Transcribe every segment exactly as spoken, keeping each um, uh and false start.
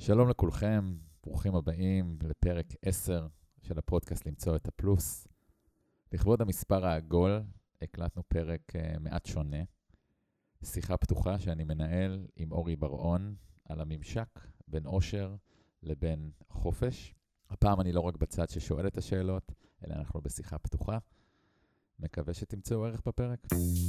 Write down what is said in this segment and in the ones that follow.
שלום לכולכם, ברוכים הבאים לפרק עשר של הפודקאסט למצוא את הפלוס. לכבוד המספר העגול הקלטנו פרק uh, מעט שונה, שיחה פתוחה שאני מנהל עם אורי בר-און על הממשק בין אושר לבין חופש. הפעם אני לא רק בצד ששואל את השאלות, אלא אנחנו בשיחה פתוחה. מקווה שתמצאו ערך בפרק.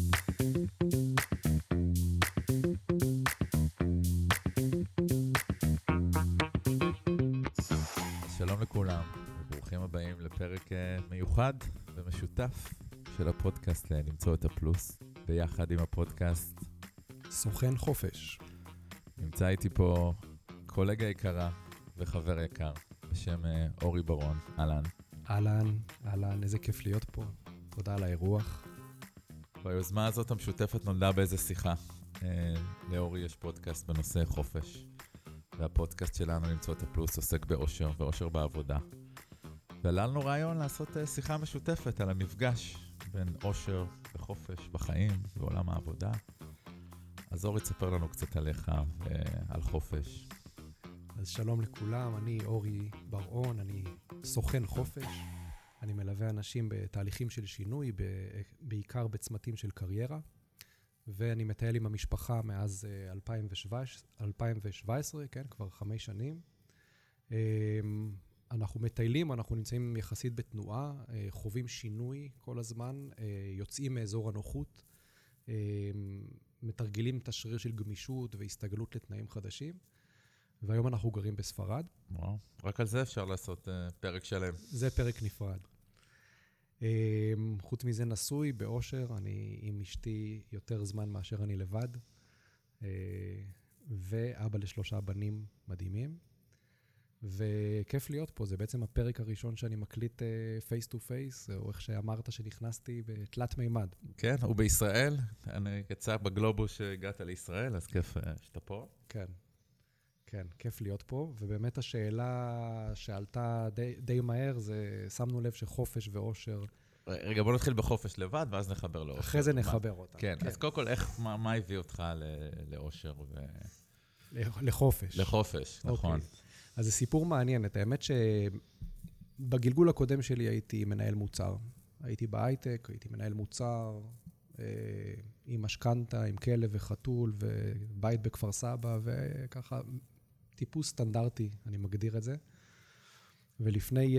שלום לכולם, וברוכים הבאים לפרק מיוחד ומשותף של הפודקאסט למצוא את הפלוס, ביחד עם הפודקאסט סוכן חופש. נמצא איתי פה קולגה יקרה וחבר יקר בשם אורי בר-און. אהלן. אהלן, אהלן, איזה כיף להיות פה. תודה על האירוח. ביוזמה הזאת המשותפת נולדה באיזה שיחה. לאורי יש פודקאסט בנושא חופש. והפודקאסט שלנו למצוא את הפלוס עוסק באושר ואושר בעבודה. ועלה לנו רעיון לעשות שיחה משותפת על המפגש בין אושר וחופש בחיים ועולם העבודה. אז אורי תספר לנו קצת עליך ועל חופש. אז שלום לכולם, אני אורי בר-און, אני סוכן חופש. אני מלווה אנשים בתהליכים של שינוי, בעיקר בצמתים של קריירה. ואני מטייל עם המשפחה מאז אלפיים שבע עשרה, כן, כבר חמש שנים. אנחנו מטיילים, אנחנו נמצאים יחסית בתנועה, חווים שינוי כל הזמן, יוצאים מאזור הנוחות, מתרגלים את השריר של גמישות והסתגלות לתנאים חדשים, והיום אנחנו גרים בספרד. וואו, רק על זה אפשר לעשות פרק שלם. זה פרק נפרד. חוץ מזה נשוי באושר, אני עם אשתי יותר זמן מאשר אני לבד, ואבא לשלושה בנים מדהימים, וכיף להיות פה. זה בעצם הפרק הראשון שאני מקליט פייס טו פייס, או איך שאמרת שנכנסתי בתלת מימד. כן, הוא בישראל, אני יצא בגלובוס שהגעת לישראל, אז כיף שאתה פה. כן, כן, כיף להיות פה, ובאמת השאלה שעלתה די, די מהר, זה שמנו לב שחופש ואושר. רגע, בוא נתחיל בחופש לבד, ואז נחבר לאושר. אחרי זה נחבר אותם. כן, כן. אז קודם כל, איך, מה, מה הביא אותך לאושר ו... לחופש. לחופש, נכון. אוקיי. אז זה סיפור מעניין. את האמת שבגלגול הקודם שלי הייתי מנהל מוצר. הייתי בהייטק, הייתי מנהל מוצר, עם משכנתה, עם כלב וחתול, ובית בכפר סבא, וככה טיפוס סטנדרטי, אני מגדיר את זה. ולפני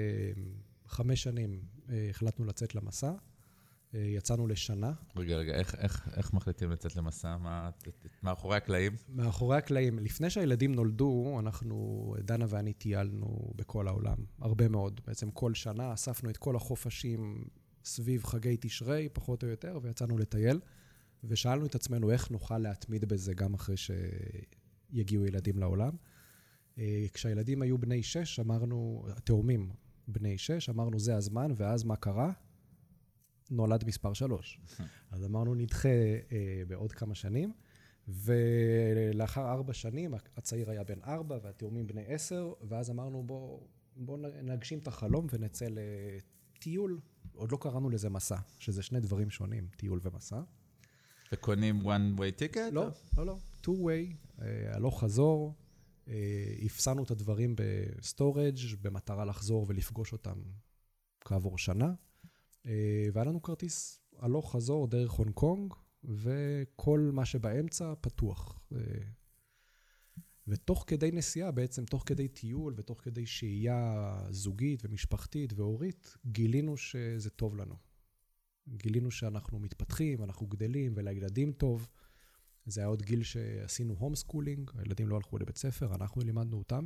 חמש שנים החלטנו לצאת למסע, יצאנו לשנה. רגע, רגע, איך, איך, איך מחליטים לצאת למסע? מה, מאחורי הקלעים? מאחורי הקלעים. לפני שהילדים נולדו, אנחנו, דנה ואני טיילנו בכל העולם, הרבה מאוד. בעצם כל שנה אספנו את כל החופשים סביב חגי תשרי, פחות או יותר, ויצאנו לטייל, ושאלנו את עצמנו איך נוכל להתמיד בזה גם אחרי שיגיעו ילדים לעולם. כשהילדים היו בני שש, אמרנו, התאומים בני שש, אמרנו זה הזמן, ואז מה קרה? נולד מספר שלוש. אז אמרנו נדחה בעוד כמה שנים, ולאחר ארבע שנים, הצעיר היה בן ארבע, והתאומים בני עשר, ואז אמרנו בוא, בוא נגשים את החלום ונצא לטיול. עוד לא קראנו לזה מסע, שזה שני דברים שונים, טיול ומסע. וקונים one way ticket? לא, לא, לא. two way, הלוך חזור, הפסענו את הדברים בסטורג' במטרה לחזור ולפגוש אותם כעבור שנה, והיה לנו כרטיס הלוך חזור דרך הונג קונג, וכל מה שבאמצע פתוח. ותוך כדי נסיעה, בעצם תוך כדי טיול ותוך כדי שהייה זוגית ומשפחתית והורית, גילינו שזה טוב לנו. גילינו שאנחנו מתפתחים, אנחנו גדלים ולילדים טוב. זה היה עוד גיל שעשינו הום סקולינג, הילדים לא הלכו לבית ספר, אנחנו לימדנו אותם.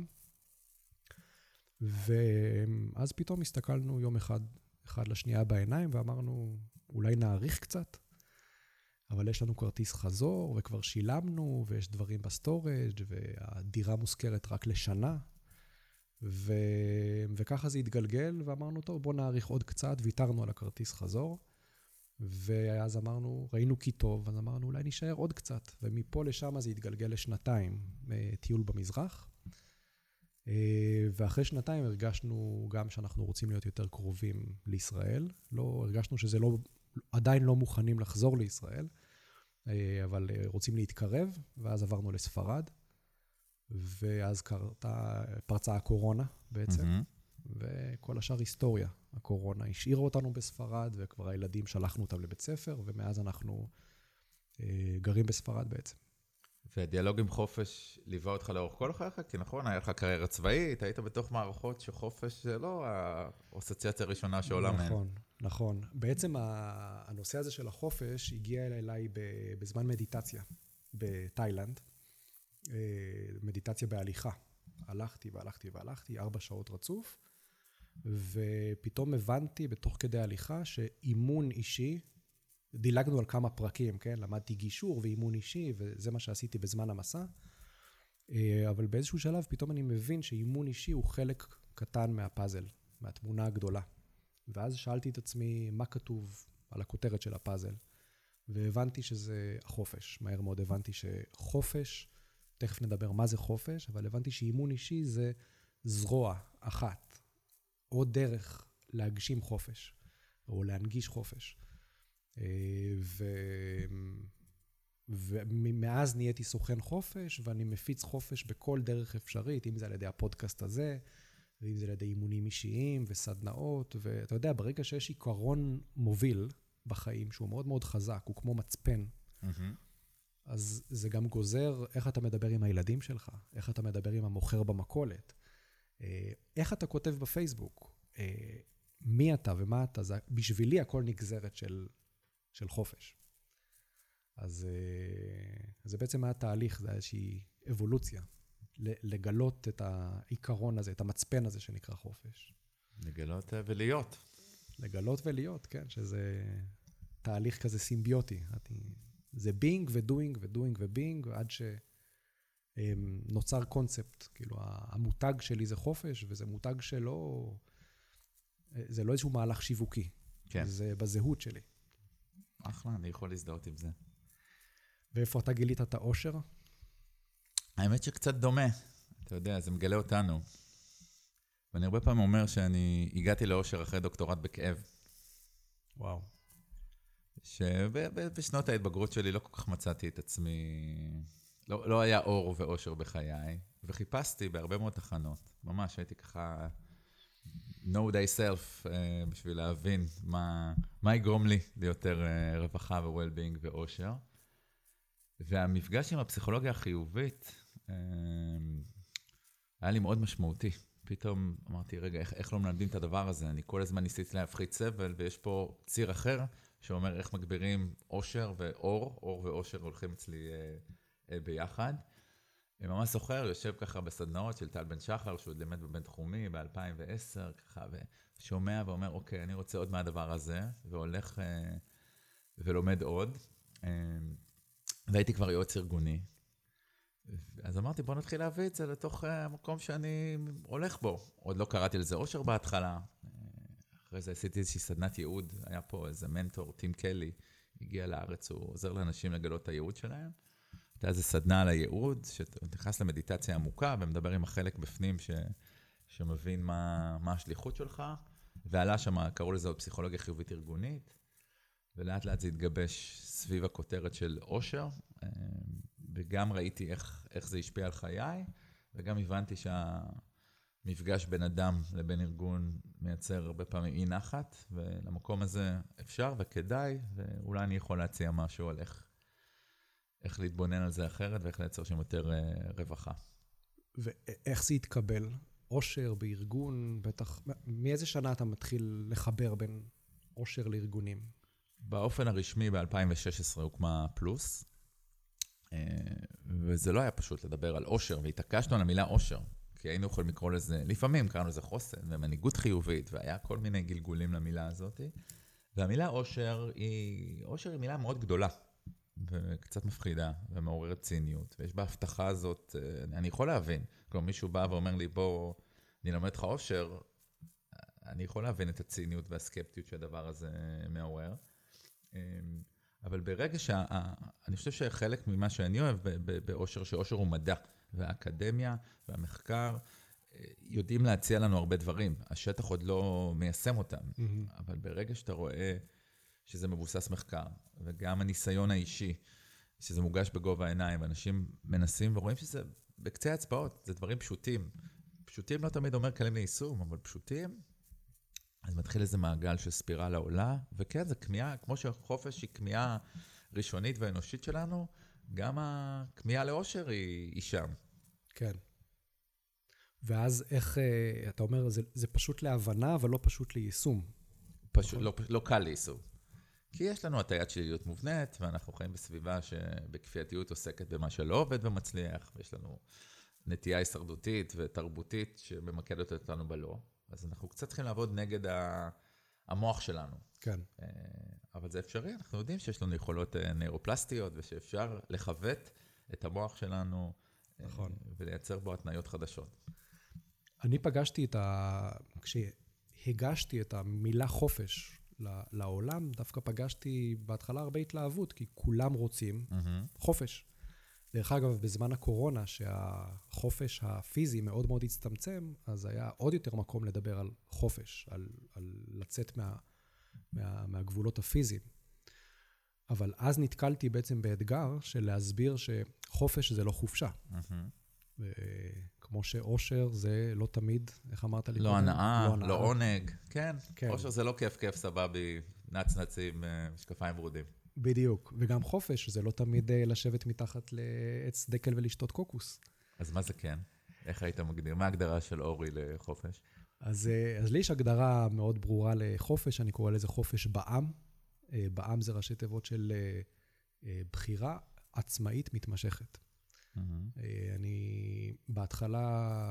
ואז פתאום הסתכלנו יום אחד, אחד לשנייה בעיניים ואמרנו, אולי נאריך קצת. אבל יש לנו כרטיס חזור, וכבר שילמנו, ויש דברים בסטורג', והדירה מוזכרת רק לשנה. ו... וככה זה התגלגל, ואמרנו, טוב, בוא נאריך עוד קצת, ויתרנו על הכרטיס חזור. ואז אמרנו, ראינו כי טוב, אז אמרנו, אולי נשאר עוד קצת. ומפה לשם זה התגלגל לשנתיים, טיול במזרח. ואחרי שנתיים הרגשנו גם שאנחנו רוצים להיות יותר קרובים לישראל. לא, הרגשנו שזה לא... עדיין לא מוכנים לחזור לישראל, אבל רוצים להתקרב, ואז עברנו לספרד, ואז קרתה, פרצה הקורונה בעצם, mm-hmm. וכל השאר היסטוריה. הקורונה השאירה אותנו בספרד, וכבר הילדים שלחנו אותם לבית ספר, ומאז אנחנו אה, גרים בספרד בעצם. והדיאלוג עם חופש ליווה אותך לאורך כל חייך? כי נכון, היה לך קריירה צבאית, היית בתוך מערכות שחופש זה לא האסוציאציה הראשונה שעולה מהן. נכון, נכון. בעצם הנושא הזה של החופש הגיע אליי בזמן מדיטציה בתאילנד, מדיטציה בהליכה. הלכתי והלכתי והלכתי, ארבע שעות רצוף, ופתאום הבנתי בתוך כדי הליכה שאימון אישי, דילגנו על כמה פרקים, כן? למדתי גישור ואימון אישי, וזה מה שעשיתי בזמן המסע. אבל באיזשהו שלב פתאום אני מבין שאימון אישי הוא חלק קטן מהפאזל, מהתמונה הגדולה. ואז שאלתי את עצמי מה כתוב על הכותרת של הפאזל, והבנתי שזה החופש. מהר מאוד הבנתי שחופש, תכף נדבר מה זה חופש, אבל הבנתי שאימון אישי זה זרוע אחת, או דרך להגשים חופש, או להנגיש חופש. ו... ומאז נהייתי סוכן חופש, ואני מפיץ חופש בכל דרך אפשרית, אם זה על ידי הפודקאסט הזה, ואם זה על ידי אימונים אישיים וסדנאות, ואתה יודע, ברגע שיש עיקרון מוביל בחיים, שהוא מאוד מאוד חזק, הוא כמו מצפן, mm-hmm. אז זה גם גוזר איך אתה מדבר עם הילדים שלך, איך אתה מדבר עם המוכר במכולת, איך אתה כותב בפייסבוק, מי אתה ומה אתה, זה, בשבילי הכל נגזרת של, של חופש. אז זה בעצם היה תהליך, זה איזושהי אבולוציה, לגלות את העיקרון הזה, את המצפן הזה שנקרא חופש. לגלות ולהיות. לגלות ולהיות, כן, שזה תהליך כזה סימביוטי. זה בינג ודוינג ודוינג ובינג, עד שנוצר קונספט, כאילו המותג שלי זה חופש, וזה מותג שלא, זה לא איזשהו מהלך שיווקי. כן. זה בזהות שלי. אחלה, אני יכול להזדהות עם זה. ואיפה אתה גילית את האושר? האמת שקצת דומה, אתה יודע, זה מגלה אותנו. ואני הרבה פעמים אומר שאני הגעתי לאושר אחרי דוקטורט בכאב. וואו. שבשנות ההתבגרות שלי לא כל כך מצאתי את עצמי, לא, לא היה אור ואושר בחיי, וחיפשתי בהרבה מאוד תחנות. ממש הייתי ככה, know thyself, בשביל להבין מה, מה יגרום לי ליותר רווחה ו-well-being ואושר. והמפגש עם הפסיכולוגיה החיובית היה לי מאוד משמעותי. פתאום אמרתי, רגע, איך, איך לא מלמדים את הדבר הזה? אני כל הזמן ניסיתי להפחית סבל, ויש פה ציר אחר שאומר איך מגבירים אושר ואור, אור ואושר הולכים אצלי אה, אה, ביחד. אני ממש זוכר, יושב ככה בסדנאות של טל בן שחר, שהוא לימד בבן תחומי ב-אלפיים ועשר, ככה, ושומע ואומר, אוקיי, אני רוצה עוד מהדבר הזה, והולך אה, ולומד עוד. אה, והייתי כבר יועץ ארגוני. אז אמרתי, בוא נתחיל להביא את זה לתוך המקום שאני הולך בו. עוד לא קראתי לזה אושר בהתחלה. אחרי זה עשיתי איזושהי סדנת ייעוד. היה פה איזה מנטור, טים קלי, הגיע לארץ, הוא עוזר לאנשים לגלות את הייעוד שלהם. הייתה איזו סדנה על הייעוד, שנכנס למדיטציה עמוקה, ומדבר עם החלק בפנים ש... שמבין מה, מה השליחות שלך. ועלה שם, קראו לזה עוד פסיכולוגיה חיובית ארגונית, ולאט לאט זה התגבש סביב הכותרת של אושר, וגם ראיתי איך, איך זה השפיע על חיי, וגם הבנתי שהמפגש בין אדם לבין ארגון מייצר הרבה פעמים אי נחת, ולמקום הזה אפשר וכדאי, ואולי אני יכול להציע משהו על איך, איך להתבונן על זה אחרת, ואיך לייצר שם יותר רווחה. ואיך זה יתקבל? אושר בארגון, בטח, מאיזה שנה אתה מתחיל לחבר בין אושר לארגונים? באופן הרשמי ב-אלפיים ושש עשרה הוקמה פלוס, וזה לא היה פשוט לדבר על אושר, והתעקשנו על המילה אושר, כי היינו יכולים לקרוא לזה, לפעמים קראנו לזה חוסן ומנהיגות חיובית, והיה כל מיני גלגולים למילה הזאת, והמילה אושר היא, אושר היא מילה מאוד גדולה, וקצת מפחידה ומעוררת ציניות, ויש בהבטחה הזאת, אני יכול להבין, כלומר מישהו בא ואומר לי, בוא, אני לומד לך אושר, אני יכול להבין את הציניות והסקפטיות שהדבר הזה מעורר, אבל ברגע שה... אני חושב שחלק ממה שאני אוהב באושר, שאושר הוא מדע, והאקדמיה והמחקר יודעים להציע לנו הרבה דברים. השטח עוד לא מיישם אותם, mm-hmm. אבל ברגע שאתה רואה שזה מבוסס מחקר, וגם הניסיון האישי, שזה מוגש בגובה העיניים, ואנשים מנסים ורואים שזה בקצה האצבעות, זה דברים פשוטים. פשוטים לא תמיד אומר קלים ליישום, אבל פשוטים, אז מתחיל איזה מעגל של ספירלה עולה, וכן, זה כמיהה, כמו שחופש היא כמיהה ראשונית ואנושית שלנו, גם הכמיהה לאושר היא, היא שם. כן. ואז איך, אתה אומר, זה, זה פשוט להבנה, אבל לא פשוט ליישום. פשוט, לא, לא קל ליישום. כי יש לנו הטיית שליליות מובנית, ואנחנו חיים בסביבה שבכפייתיות עוסקת במה שלא עובד ומצליח, ויש לנו נטייה הישרדותית ותרבותית שממקדת אותנו בלא. אז אנחנו קצת צריכים לעבוד נגד המוח שלנו. כן. אבל זה אפשרי, אנחנו יודעים שיש לנו יכולות נוירופלסטיות, ושאפשר לחוות את המוח שלנו, נכון. ולייצר בו התניות חדשות. אני פגשתי את ה... כשהגשתי את המילה חופש לעולם, דווקא פגשתי בהתחלה הרבה התלהבות, כי כולם רוצים mm-hmm. חופש. דרך אגב, בזמן הקורונה, שהחופש הפיזי מאוד מאוד הצטמצם, אז היה עוד יותר מקום לדבר על חופש, על, על לצאת מה, מה, מהגבולות הפיזיים. אבל אז נתקלתי בעצם באתגר של להסביר שחופש זה לא חופשה. Mm-hmm. כמו שאושר זה לא תמיד, איך אמרת לי? לא הנאה, לא, לא עונג. כן, כן, אושר זה לא כיף כיף סבבי, נץ נצים, משקפיים ורודים. בדיוק, וגם חופש זה לא תמיד לשבת מתחת לעץ דקל ולשתות קוקוס. אז מה זה כן? איך היית מגדיר? מה ההגדרה של אורי לחופש? אז, אז לי יש הגדרה מאוד ברורה לחופש, אני קורא לזה חופש בעם. בעם זה ראשי תיבות של בחירה עצמאית מתמשכת. Mm-hmm. אני בהתחלה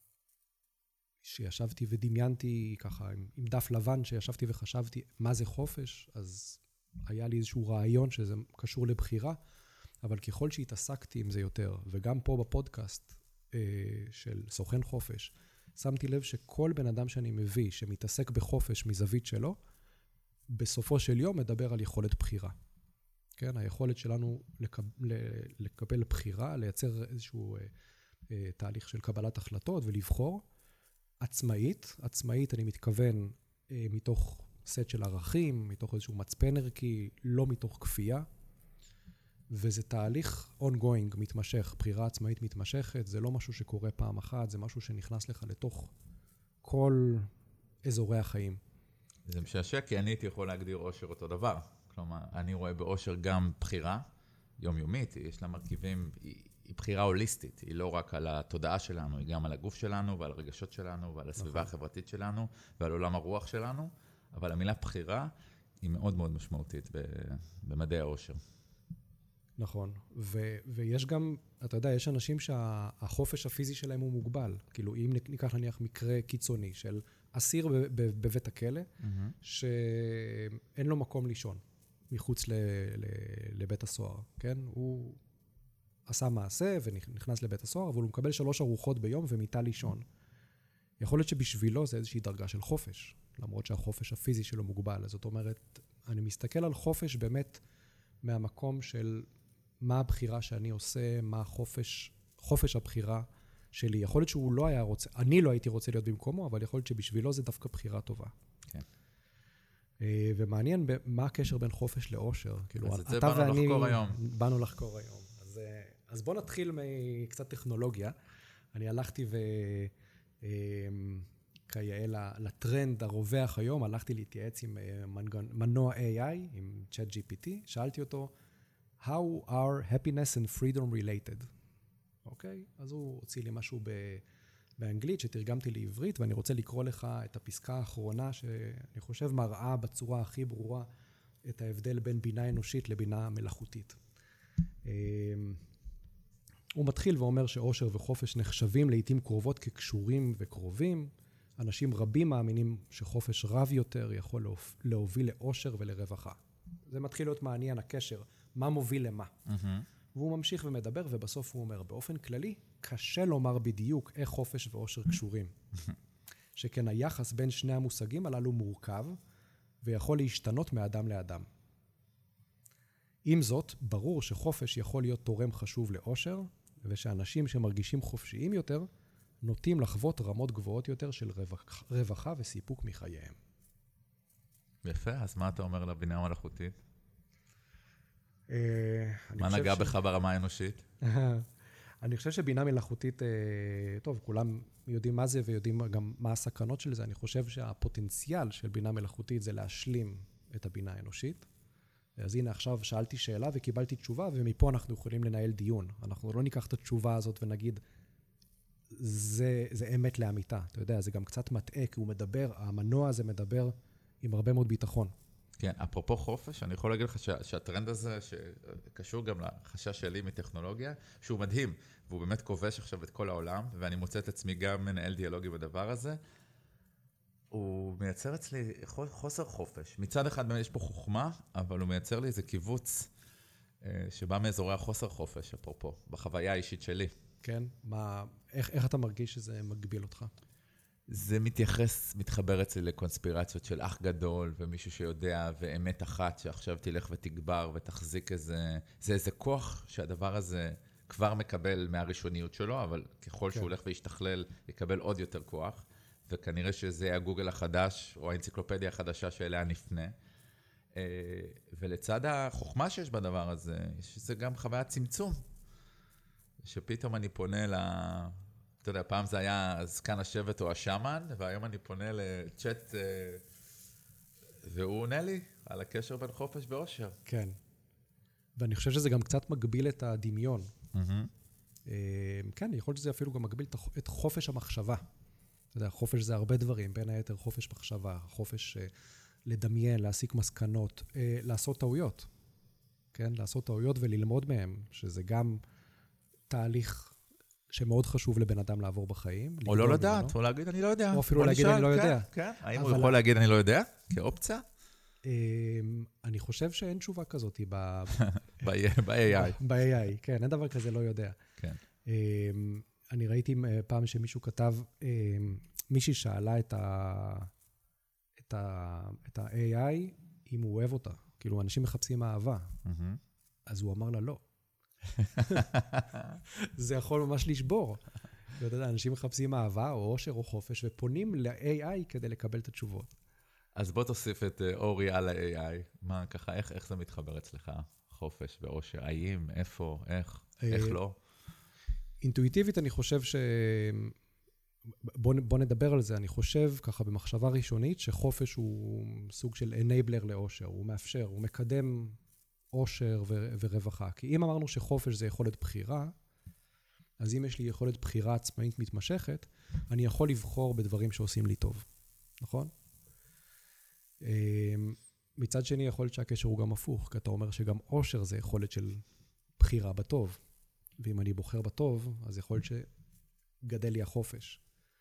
שישבתי ודמיינתי ככה עם, עם דף לבן, שישבתי וחשבתי מה זה חופש, אז היה לי איזשהו רעיון שזה קשור לבחירה, אבל ככל שהתעסקתי עם זה יותר, וגם פה בפודקאסט אה, של סוכן חופש, שמתי לב שכל בן אדם שאני מביא, שמתעסק בחופש מזווית שלו, בסופו של יום מדבר על יכולת בחירה. כן, היכולת שלנו לקב... לקבל בחירה, לייצר איזשהו אה, אה, תהליך של קבלת החלטות ולבחור. עצמאית, עצמאית אני מתכוון אה, מתוך סט של ערכים, מתוך איזשהו מצפן ערכי, לא מתוך כפייה. וזה תהליך ongoing, מתמשך, בחירה עצמאית מתמשכת, זה לא משהו שקורה פעם אחת, זה משהו שנכנס לך לתוך כל אזורי החיים. זה משעשע, כי אני הייתי יכול להגדיר אושר אותו דבר. כלומר, אני רואה באושר גם בחירה יומיומית, יש לה מרכיבים, היא, היא בחירה הוליסטית, היא לא רק על התודעה שלנו, היא גם על הגוף שלנו ועל הרגשות שלנו ועל הסביבה נכון. החברתית שלנו ועל עולם הרוח שלנו, אבל המילה בחירה היא מאוד מאוד משמעותית במדעי האושר. נכון, ו- ויש גם, אתה יודע, יש אנשים שהחופש הפיזי שלהם הוא מוגבל, כאילו אם ניקח נניח מקרה קיצוני של אסיר ב- ב- בבית הכלא, mm-hmm. שאין לו מקום לישון מחוץ ל- ל- לבית הסוהר, כן? הוא עשה מעשה ונכנס לבית הסוהר, אבל הוא מקבל שלוש ארוחות ביום ומיטה לישון. יכול להיות שבשבילו זה איזושהי דרגה של חופש, למרות שהחופש הפיזי שלו מוגבל. זאת אומרת, אני מסתכל על חופש באמת מהמקום של מה הבחירה שאני עושה, מה החופש, חופש הבחירה שלי. יכול להיות שהוא לא היה רוצה, אני לא הייתי רוצה להיות במקומו, אבל יכול להיות שבשבילו זה דווקא בחירה טובה. כן. ומעניין מה הקשר בין חופש לאושר. אז את זה באנו לחקור היום. באנו לחקור היום. אז, אז בוא נתחיל מקצת טכנולוגיה. אני הלכתי ו... כיאה לטרנד הרווח היום, הלכתי להתייעץ עם מנוע איי איי, עם צ'אט ג'י פי טי, שאלתי אותו, How are happiness and freedom related? אוקיי? אז הוא הוציא לי משהו באנגלית שתרגמתי לעברית, ואני רוצה לקרוא לך את הפסקה האחרונה, שאני חושב מראה בצורה הכי ברורה את ההבדל בין בינה אנושית לבינה מלאכותית. הוא מתחיל ואומר שאושר וחופש נחשבים לעתים קרובות כקשורים וקרובים, אנשים רבים מאמינים שחופש רב יותר יכול להוביל לאושר ולרווחה. זה מתחיל להיות מעניין, הקשר, מה מוביל למה. Mm-hmm. והוא ממשיך ומדבר, ובסוף הוא אומר, באופן כללי, קשה לומר בדיוק איך חופש ואושר קשורים. שכן היחס בין שני המושגים הללו מורכב, ויכול להשתנות מאדם לאדם. עם זאת, ברור שחופש יכול להיות תורם חשוב לאושר, ושאנשים שמרגישים חופשיים יותר, נוטים לחוות רמות גבוהות יותר של רווח, רווחה וסיפוק מחייהם. יפה, אז מה אתה אומר לבינה המלאכותית? מה נגע בך ברמה האנושית? אני חושב שבינה מלאכותית, טוב, כולם יודעים מה זה ויודעים גם מה הסכנות של זה. אני חושב שהפוטנציאל של בינה מלאכותית זה להשלים את הבינה האנושית. אז הנה, עכשיו שאלתי שאלה וקיבלתי תשובה, ומפה אנחנו יכולים לנהל דיון. אנחנו לא ניקח את התשובה הזאת ונגיד, זה, זה אמת לאמיתה. אתה יודע, זה גם קצת מטעה, כי הוא מדבר, המנוע הזה מדבר עם הרבה מאוד ביטחון. כן, אפרופו חופש, אני יכול להגיד לך שה, שהטרנד הזה, שקשור גם לחשש שלי מטכנולוגיה, שהוא מדהים, והוא באמת כובש עכשיו את כל העולם, ואני מוצא את עצמי גם מנהל דיאלוגי בדבר הזה, הוא מייצר אצלי חוסר חופש. מצד אחד יש פה חוכמה, אבל הוא מייצר לי איזה קיבוץ שבא מאזורי החוסר חופש, אפרופו, בחוויה האישית שלי. כן? מה, איך, איך אתה מרגיש שזה מגביל אותך? זה מתייחס, מתחבר אצלי לקונספירציות של אח גדול, ומישהו שיודע, ואמת אחת שעכשיו תלך ותגבר ותחזיק איזה, זה איזה כוח שהדבר הזה כבר מקבל מהראשוניות שלו, אבל ככל כן. שהוא הולך וישתכלל, יקבל עוד יותר כוח, וכנראה שזה יהיה הגוגל החדש, או האנציקלופדיה החדשה שאליה נפנה. ולצד החוכמה שיש בדבר הזה, יש זה גם חוויית צמצום, שפתאום אני פונה ל... אתה יודע, פעם זה היה זקן השבט או השמן, והיום אני פונה לצ'אט, והוא עונה לי על הקשר בין חופש ואושר. כן. ואני חושב שזה גם קצת מגביל את הדמיון. Mm-hmm. כן, יכול להיות שזה אפילו גם מגביל את חופש המחשבה. אתה יודע, חופש זה הרבה דברים, בין היתר חופש מחשבה, חופש לדמיין, להסיק מסקנות, לעשות טעויות. כן, לעשות טעויות וללמוד מהם, שזה גם תהליך שמאוד חשוב לבן אדם לעבור בחיים. או לא לדעת, או להגיד אני לא יודע. או אפילו להגיד אני לא יודע. כן, האם הוא יכול להגיד אני לא יודע, כאופציה? אני חושב שאין תשובה כזאת ב-איי איי. ב-איי איי, כן, אין דבר כזה לא יודע. כן. אני ראיתי פעם שמישהו כתב, מישהי שאלה את ה-איי איי אם הוא אוהב אותה. כאילו, אנשים מחפשים אהבה. אז הוא אמר לה לא. זה יכול ממש לשבור. אתה יודע, אנשים מחפשים אהבה או אושר או חופש, ופונים ל-איי איי כדי לקבל את התשובות. אז בוא תוסיף את אורי על ה-איי איי. מה, ככה, איך, איך זה מתחבר אצלך? חופש ואושר, האם, איפה, איך, איך לא? אינטואיטיבית אני חושב ש... בוא, בוא נדבר על זה. אני חושב ככה במחשבה ראשונית שחופש הוא סוג של enabler לאושר. הוא מאפשר, הוא מקדם אושר ו- ורווחה. כי אם אמרנו שחופש זה יכולת בחירה, אז אם יש לי יכולת בחירה עצמאית מתמשכת, אני יכול לבחור בדברים שעושים לי טוב. נכון? מצד שני, יכול להיות שהקשר הוא גם הפוך, כי אתה אומר שגם אושר זה יכולת של בחירה בטוב. ואם אני בוחר בטוב, אז יכול להיות שגדל לי החופש.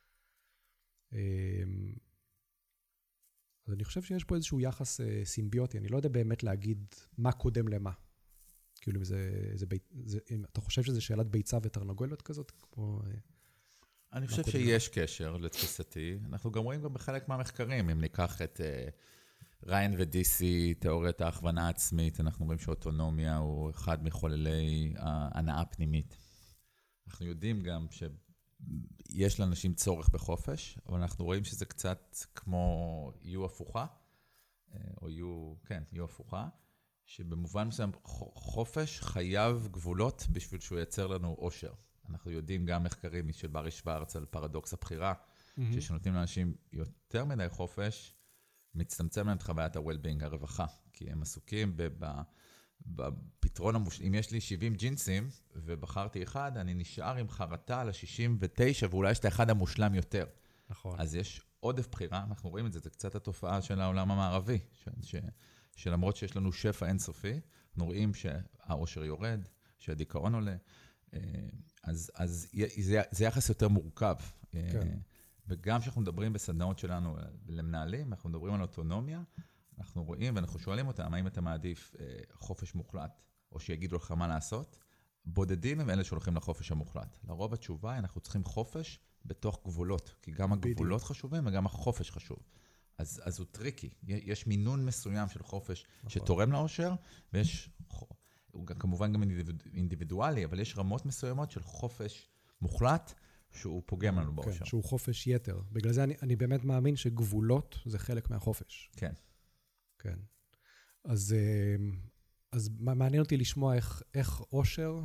אז אני חושב שיש פה איזשהו יחס סימביוטי. אני לא יודע באמת להגיד מה קודם למה. כאילו, אם זה, זה, זה, אם אתה חושב שזה שאלת ביצה ותרנגולת כזאת? כמו, אני חושב שיש למה? קשר לתפיסתי. אנחנו גם רואים גם בחלק מהמחקרים, אם ניקח את ריין ודי סי, תיאוריית ההכוונה העצמית, אנחנו רואים שאוטונומיה הוא אחד מחוללי ההנאה פנימית. אנחנו יודעים גם שיש לאנשים צורך בחופש, אבל אנחנו רואים שזה קצת כמו יו הפוכה, או יו, כן, יו הפוכה, שבמובן מסוים חופש חייב גבולות בשביל שהוא ייצר לנו אושר. אנחנו יודעים גם מחקרים של ברי שוורץ על פרדוקס הבחירה, mm-hmm. ששנותנים לאנשים יותר מדי חופש, מצטמצם להם את חוויית ה-well-being, הרווחה, כי הם עסוקים בפתרון המושלם. אם יש לי שבעים ג'ינסים ובחרתי אחד, אני נשאר עם חרטה על ה-שישים ותשע, ואולי יש את האחד המושלם יותר. נכון. אז יש עודף בחירה, אנחנו רואים את זה, זה קצת התופעה של העולם המערבי, ש, ש, שלמרות שיש לנו שפע אינסופי, אנחנו רואים שהאושר יורד, שהדיכאון עולה, אז, אז זה, זה יחס יותר מורכב. כן. וגם כשאנחנו מדברים בסדנאות שלנו למנהלים, אנחנו מדברים על אוטונומיה, אנחנו רואים ואנחנו שואלים אותם, האם אתה מעדיף חופש מוחלט, או שיגידו לך מה לעשות, בודדים הם אלה שהולכים לחופש המוחלט. לרוב התשובה, אנחנו צריכים חופש בתוך גבולות, כי גם הגבולות חשובים וגם החופש חשוב. אז, אז הוא טריקי. יש מינון מסוים של חופש שתורם לאושר, ויש, הוא כמובן גם אינדיבידואלי, אבל יש רמות מסוימות של חופש מוחלט, שהוא פוגם לנו באושר. כן, שהוא חופש יתר. בגלל זה אני, אני באמת מאמין שגבולות זה חלק מהחופש. כן. כן. אז, אז מעניין אותי לשמוע איך, איך אושר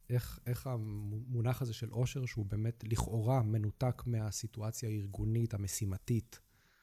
איך, איך המונח הזה של אושר, שהוא באמת לכאורה מנותק מהסיטואציה הארגונית, המשימתית,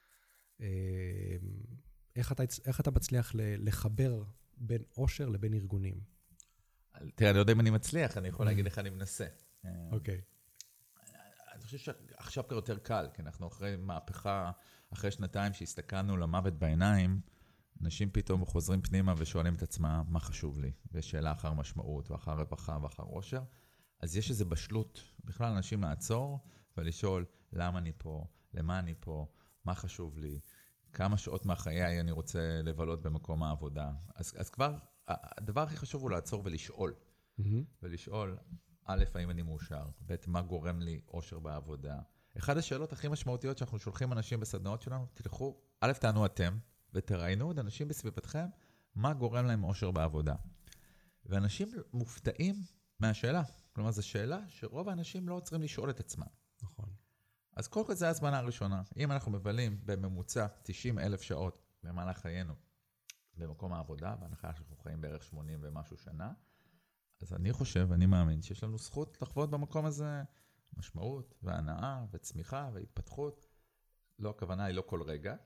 איך אתה, איך אתה מצליח לחבר בין אושר לבין ארגונים? תראה, אני לא יודע אם אני מצליח, אני יכול להגיד איך אני מנסה. אוקיי. אני חושב שעכשיו כבר יותר קל, כי אנחנו אחרי מהפכה, אחרי שנתיים שהסתכלנו למוות בעיניים, אנשים פתאום חוזרים פנימה ושואלים את עצמם מה חשוב לי, ושאלה אחר משמעות, ואחר רווחה ואחר עושר. אז יש איזו בשלות, בכלל אנשים לעצור ולשאול למה אני פה, למה אני פה, מה חשוב לי, כמה שעות מהחיי אני רוצה לבלות במקום העבודה. אז, אז כבר, הדבר הכי חשוב הוא לעצור ולשאול. Mm-hmm. ולשאול, א', האם אני מאושר, ב', מה גורם לי עושר בעבודה. אחד השאלות הכי משמעותיות שאנחנו שולחים אנשים בסדנאות שלנו, תלכו, א', תענו אתם, ותראיינו את אנשים בסביבתכם, מה גורם להם עושר בעבודה. ואנשים מופתעים מהשאלה. כלומר, זו שאלה שרוב האנשים לא עוצרים לשאול את עצמם. נכון. אז קודם כל זה הזמנה הראשונה. אם אנחנו מבלים בממוצע תשעים אלף שעות במהלך חיינו במקום העבודה, בהנחה שאנחנו חיים בערך שמונים ומשהו שנה, אז אני חושב, אני מאמין, שיש לנו זכות לחוות במקום הזה משמעות והנאה וצמיחה והתפתחות. לא, הכוונה היא לא כל רגע.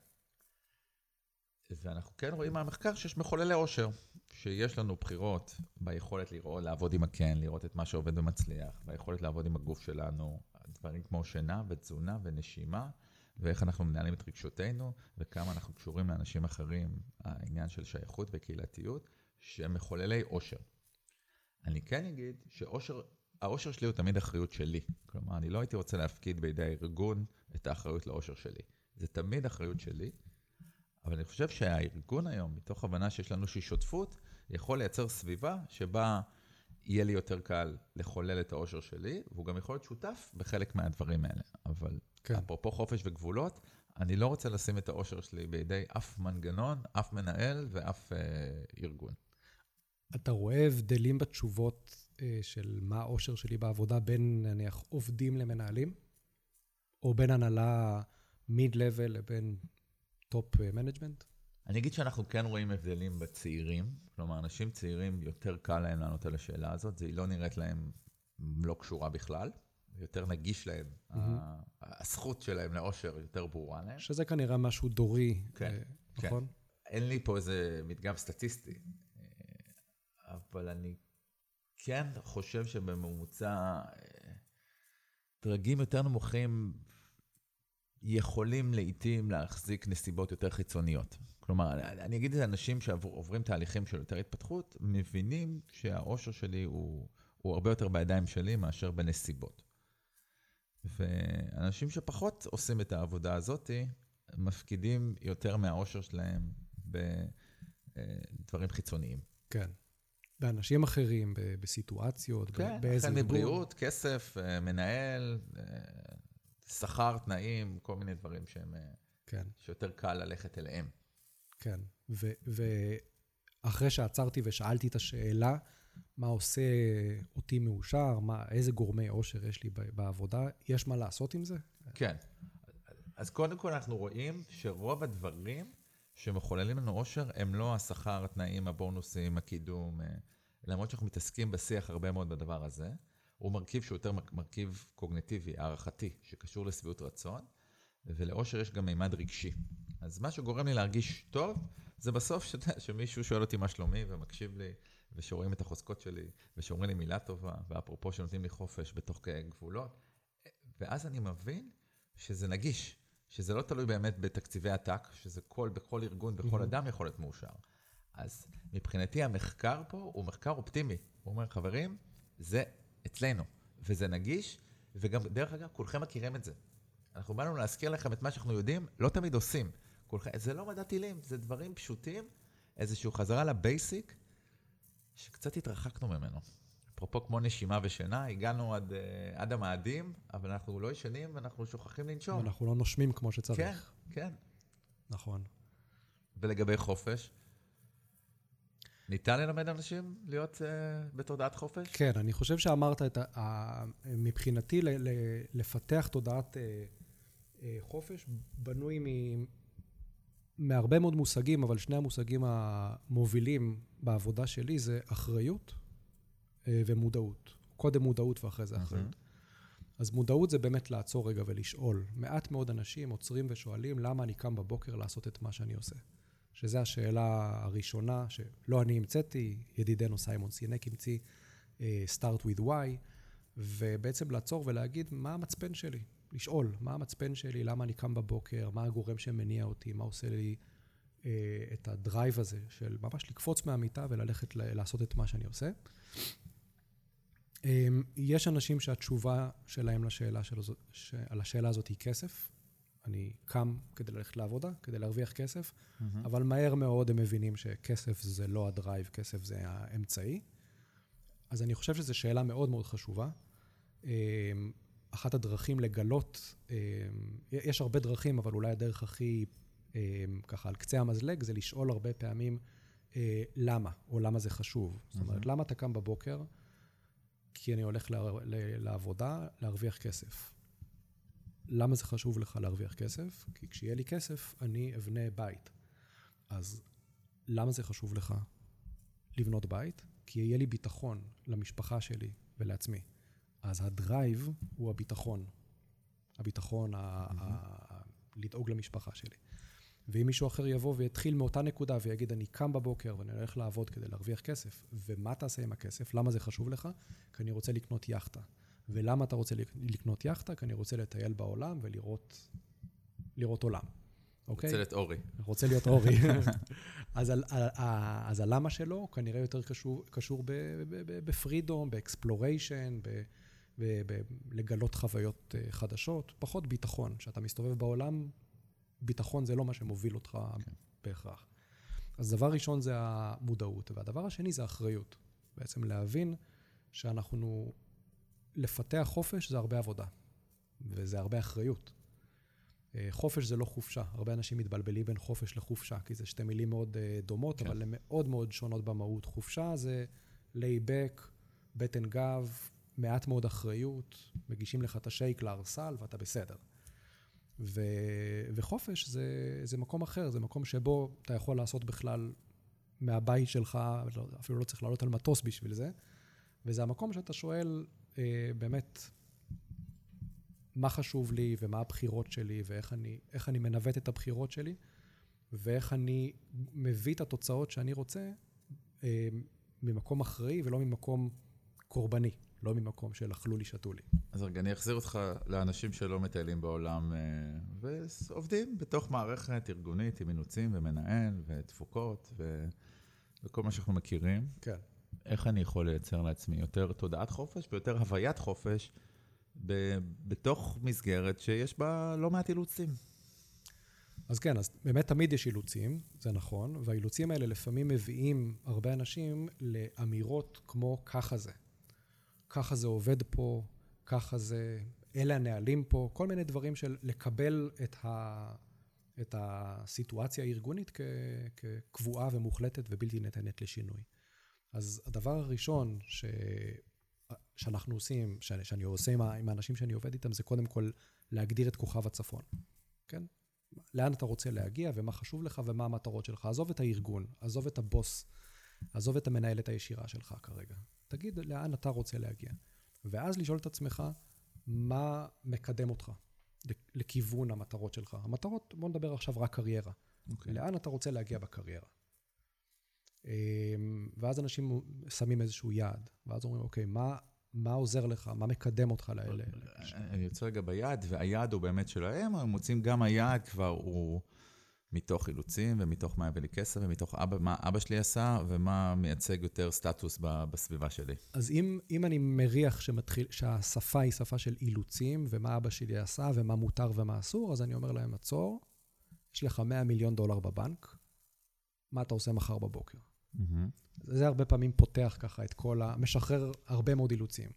ואנחנו כן רואים מהמחקר שיש מחוללי עושר, שיש לנו בחירות ביכולת לראות, לעבוד עם הכן, לראות את מה שעובד ומצליח, ביכולת לעבוד עם הגוף שלנו, דברים כמו שינה ותזונה ונשימה, ואיך אנחנו מנהלים את רגשותינו, וכמה אנחנו קשורים לאנשים אחרים, העניין של שייכות וקהילתיות, שהם מחוללי עושר. אני כן אגיד שעושר, העושר שלי הוא תמיד אחריות שלי. כלומר, אני לא הייתי רוצה להפקיד בידי הארגון את האחריות לעושר שלי. זה תמיד אחריות שלי, אבל אני חושב שהארגון היום, מתוך הבנה שיש לנו שהיא שותפות, יכול לייצר סביבה שבה יהיה לי יותר קל לחולל את העושר שלי, והוא גם יכול להיות שותף בחלק מהדברים האלה. אבל כן. אפרופו חופש וגבולות, אני לא רוצה לשים את העושר שלי בידי אף מנגנון, אף מנהל ואף אה, ארגון. אתה רואה הבדלים בתשובות אה, של מה העושר שלי בעבודה בין, נניח, עובדים למנהלים? או בין הנהלה מיד-לבל לבין טופ מנג'מנט? אני אגיד שאנחנו כן רואים הבדלים בצעירים. כלומר, אנשים צעירים יותר קל להם לענות על השאלה הזאת. זה לא נראית להם לא קשורה בכלל. יותר נגיש להם. Mm-hmm. הזכות שלהם לעושר יותר ברורה להם. שזה כנראה משהו דורי, כן, נכון? כן. אין לי פה איזה מדגם סטטיסטי. אבל אני כן חושב שבממוצע דרגים יותר נמוכים יכולים לעתים להחזיק נסיבות יותר חיצוניות. כלומר, אני אגיד את זה, אנשים שעוברים תהליכים של יותר התפתחות, מבינים שהעושר שלי הוא, הוא הרבה יותר בידיים שלי מאשר בנסיבות. ואנשים שפחות עושים את העבודה הזאת, מפקידים יותר מהעושר שלהם בדברים חיצוניים. כן. באנשים אחרים, בסיטואציות, כן, באיזה החל מבריאות, כסף, מנהל, שכר, תנאים, כל מיני דברים שהם, כן. שיותר קל ללכת אליהם. כן, ואחרי שעצרתי ושאלתי את השאלה, מה עושה אותי מאושר, מה, איזה גורמי עושר יש לי בעבודה, יש מה לעשות עם זה? כן. אז קודם כל אנחנו רואים שרוב הדברים שמחוללים לנו עושר, הם לא השכר, התנאים, הבונוסים, הקידום, למרות שאנחנו מתעסקים בשיח הרבה מאוד בדבר הזה, הוא מרכיב שהוא יותר מרכיב קוגניטיבי, הערכתי, שקשור לשביעות רצון, ולעושר יש גם מימד רגשי. אז מה שגורם לי להרגיש טוב, זה בסוף שדה, שמישהו שואל אותי מה שלומי ומקשיב לי, ושרואים את החוזקות שלי, ושאומרים לי מילה טובה, ואפרופו שנותנים לי חופש בתוך גבולות, ואז אני מבין שזה נגיש, שזה לא תלוי באמת בתקציבי עתק, שזה כל, בכל ארגון, בכל אדם יכול להיות מאושר. אז מבחינתי המחקר פה הוא מחקר אופטימי. הוא אומר, חברים, זה אצלנו, וזה נגיש, וגם דרך אגב, כולכם מכירים את זה. אנחנו באנו להזכיר לכם את מה שאנחנו יודעים, לא תמיד עושים. כולכם, זה לא מדע טילים, זה דברים פשוטים, איזשהו חזרה לבייסיק, שקצת התרחקנו ממנו. אפרופו כמו נשימה ושינה, הגענו עד, עד המאדים, אבל אנחנו לא ישנים ואנחנו שוכחים לנשום. ואנחנו לא נושמים כמו שצריך. כן, כן. נכון. ולגבי חופש, ניתן ללמד אנשים להיות uh, בתודעת חופש? כן, אני חושב שאמרת את ה... מבחינתי ל, ל, לפתח תודעת uh, uh, חופש, בנוי מ, מהרבה מאוד מושגים, אבל שני המושגים המובילים בעבודה שלי זה אחריות uh, ומודעות. קודם מודעות ואחרי זה אחריות. אז מודעות זה באמת לעצור רגע ולשאול. מעט מאוד אנשים עוצרים ושואלים למה אני קם בבוקר לעשות את מה שאני עושה. שזו השאלה הראשונה, שלא אני המצאתי, ידידנו סיימון סינק המציא uh, Start with Why, ובעצם לעצור ולהגיד מה המצפן שלי. לשאול מה המצפן שלי, למה אני קם בבוקר, מה הגורם שמניע אותי, מה עושה לי uh, את הדרייב הזה, של ממש לקפוץ מהמיטה וללכת ל- לעשות את מה שאני עושה. Um, יש אנשים שהתשובה שלהם לשאלה של, ש, על השאלה הזאת היא כסף. אני קם כדי ללכת לעבודה, כדי להרוויח כסף, mm-hmm. אבל מהר מאוד הם מבינים שכסף זה לא הדרייב, כסף זה האמצעי. אז אני חושב שזו שאלה מאוד מאוד חשובה. אחת הדרכים לגלות, יש הרבה דרכים, אבל אולי הדרך הכי ככה על קצה המזלג, זה לשאול הרבה פעמים למה, או למה זה חשוב. Mm-hmm. זאת אומרת, למה אתה קם בבוקר? כי אני הולך לעבודה, להרוויח כסף. למה זה חשוב לך להרוויח כסף? כי כשיהיה לי כסף, אני אבנה בית. אז למה זה חשוב לך לבנות בית? כי יהיה לי ביטחון למשפחה שלי ולעצמי. אז הדרייב הוא הביטחון. הביטחון, לדאוג למשפחה שלי. ואם מישהו אחר יבוא ויתחיל מאותה נקודה ויגיד, אני קם בבוקר ואני הולך לעבוד כדי להרוויח כסף, ומה תעשה עם הכסף? למה זה חשוב לך? כי אני רוצה לקנות יאכטה. ולמה אתה רוצה לקנות יאכטה? כי אני רוצה לטייל בעולם ולראות לראות עולם. אוקיי? רוצה להיות אורי. רוצה להיות אורי. אז, אז הלמה שלו כנראה יותר קשור, קשור בפרידום, באקספלוריישן, בלגלות חוויות חדשות, פחות ביטחון. כשאתה מסתובב בעולם, ביטחון זה לא מה שמוביל אותך okay. בהכרח. אז דבר ראשון זה המודעות, והדבר השני זה האחריות. בעצם להבין שאנחנו, לפתח חופש זה הרבה עבודה, וזה הרבה אחריות. חופש זה לא חופשה. הרבה אנשים מתבלבלים בין חופש לחופשה, כי זה שתי מילים מאוד דומות, okay. אבל הן מאוד מאוד שונות במהות. חופשה זה לייבק, בטן גב, מעט מאוד אחריות, מגישים לך את השייק לארסל ואתה בסדר. ו... וחופש זה, זה מקום אחר, זה מקום שבו אתה יכול לעשות בכלל מהבית שלך, אפילו לא צריך לעלות על מטוס בשביל זה, וזה המקום שאתה שואל אה, באמת מה חשוב לי ומה הבחירות שלי, ואיך אני, איך אני מנווט את הבחירות שלי, ואיך אני מביא את התוצאות שאני רוצה אה, ממקום אחראי ולא ממקום קורבני. לא ממקום של אכלו לי, שתו לי. אז רגע, אני אחזיר אותך לאנשים שלא מטיילים בעולם, ועובדים בתוך מערכת ארגונית עם אינוצים ומנהל ותפוקות וכל מה שאנחנו מכירים. כן. איך אני יכול לייצר לעצמי יותר תודעת חופש ויותר הוויית חופש בתוך מסגרת שיש בה לא מעט אילוצים? אז כן, אז באמת תמיד יש אילוצים, זה נכון, והאילוצים האלה לפעמים מביאים הרבה אנשים לאמירות כמו ככה זה. ככה זה עובד פה, ככה זה, אלה הנהלים פה, כל מיני דברים של לקבל את, ה, את הסיטואציה הארגונית כ, כקבועה ומוחלטת ובלתי ניתנת לשינוי. אז הדבר הראשון ש, שאנחנו עושים, שאני, שאני עושה עם, עם האנשים שאני עובד איתם, זה קודם כל להגדיר את כוכב הצפון. כן? לאן אתה רוצה להגיע ומה חשוב לך ומה המטרות שלך. עזוב את הארגון, עזוב את הבוס, עזוב את המנהלת הישירה שלך כרגע. תגיד לאן אתה רוצה להגיע. ואז לשאול את עצמך, מה מקדם אותך לכיוון המטרות שלך. המטרות, בוא נדבר עכשיו רק קריירה. Okay. לאן אתה רוצה להגיע בקריירה. ואז אנשים שמים איזשהו יעד, ואז אומרים, אוקיי, מה, מה עוזר לך, מה מקדם אותך לאלה? אני יוצא רגע ביעד, והיעד הוא באמת שלהם, הם מוצאים גם היעד כבר הוא מתוך אילוצים, ומתוך מה הביא לי כסף, ומתוך אבא, מה אבא שלי עשה, ומה מייצג יותר סטטוס בסביבה שלי. אז אם, אם אני מריח שמתחיל, שהשפה היא שפה של אילוצים, ומה אבא שלי עשה, ומה מותר ומה אסור, אז אני אומר להם, עצור, יש לך מאה מיליון דולר בבנק, מה אתה עושה מחר בבוקר? Mm-hmm. זה הרבה פעמים פותח ככה את כל ה... משחרר הרבה מאוד אילוצים.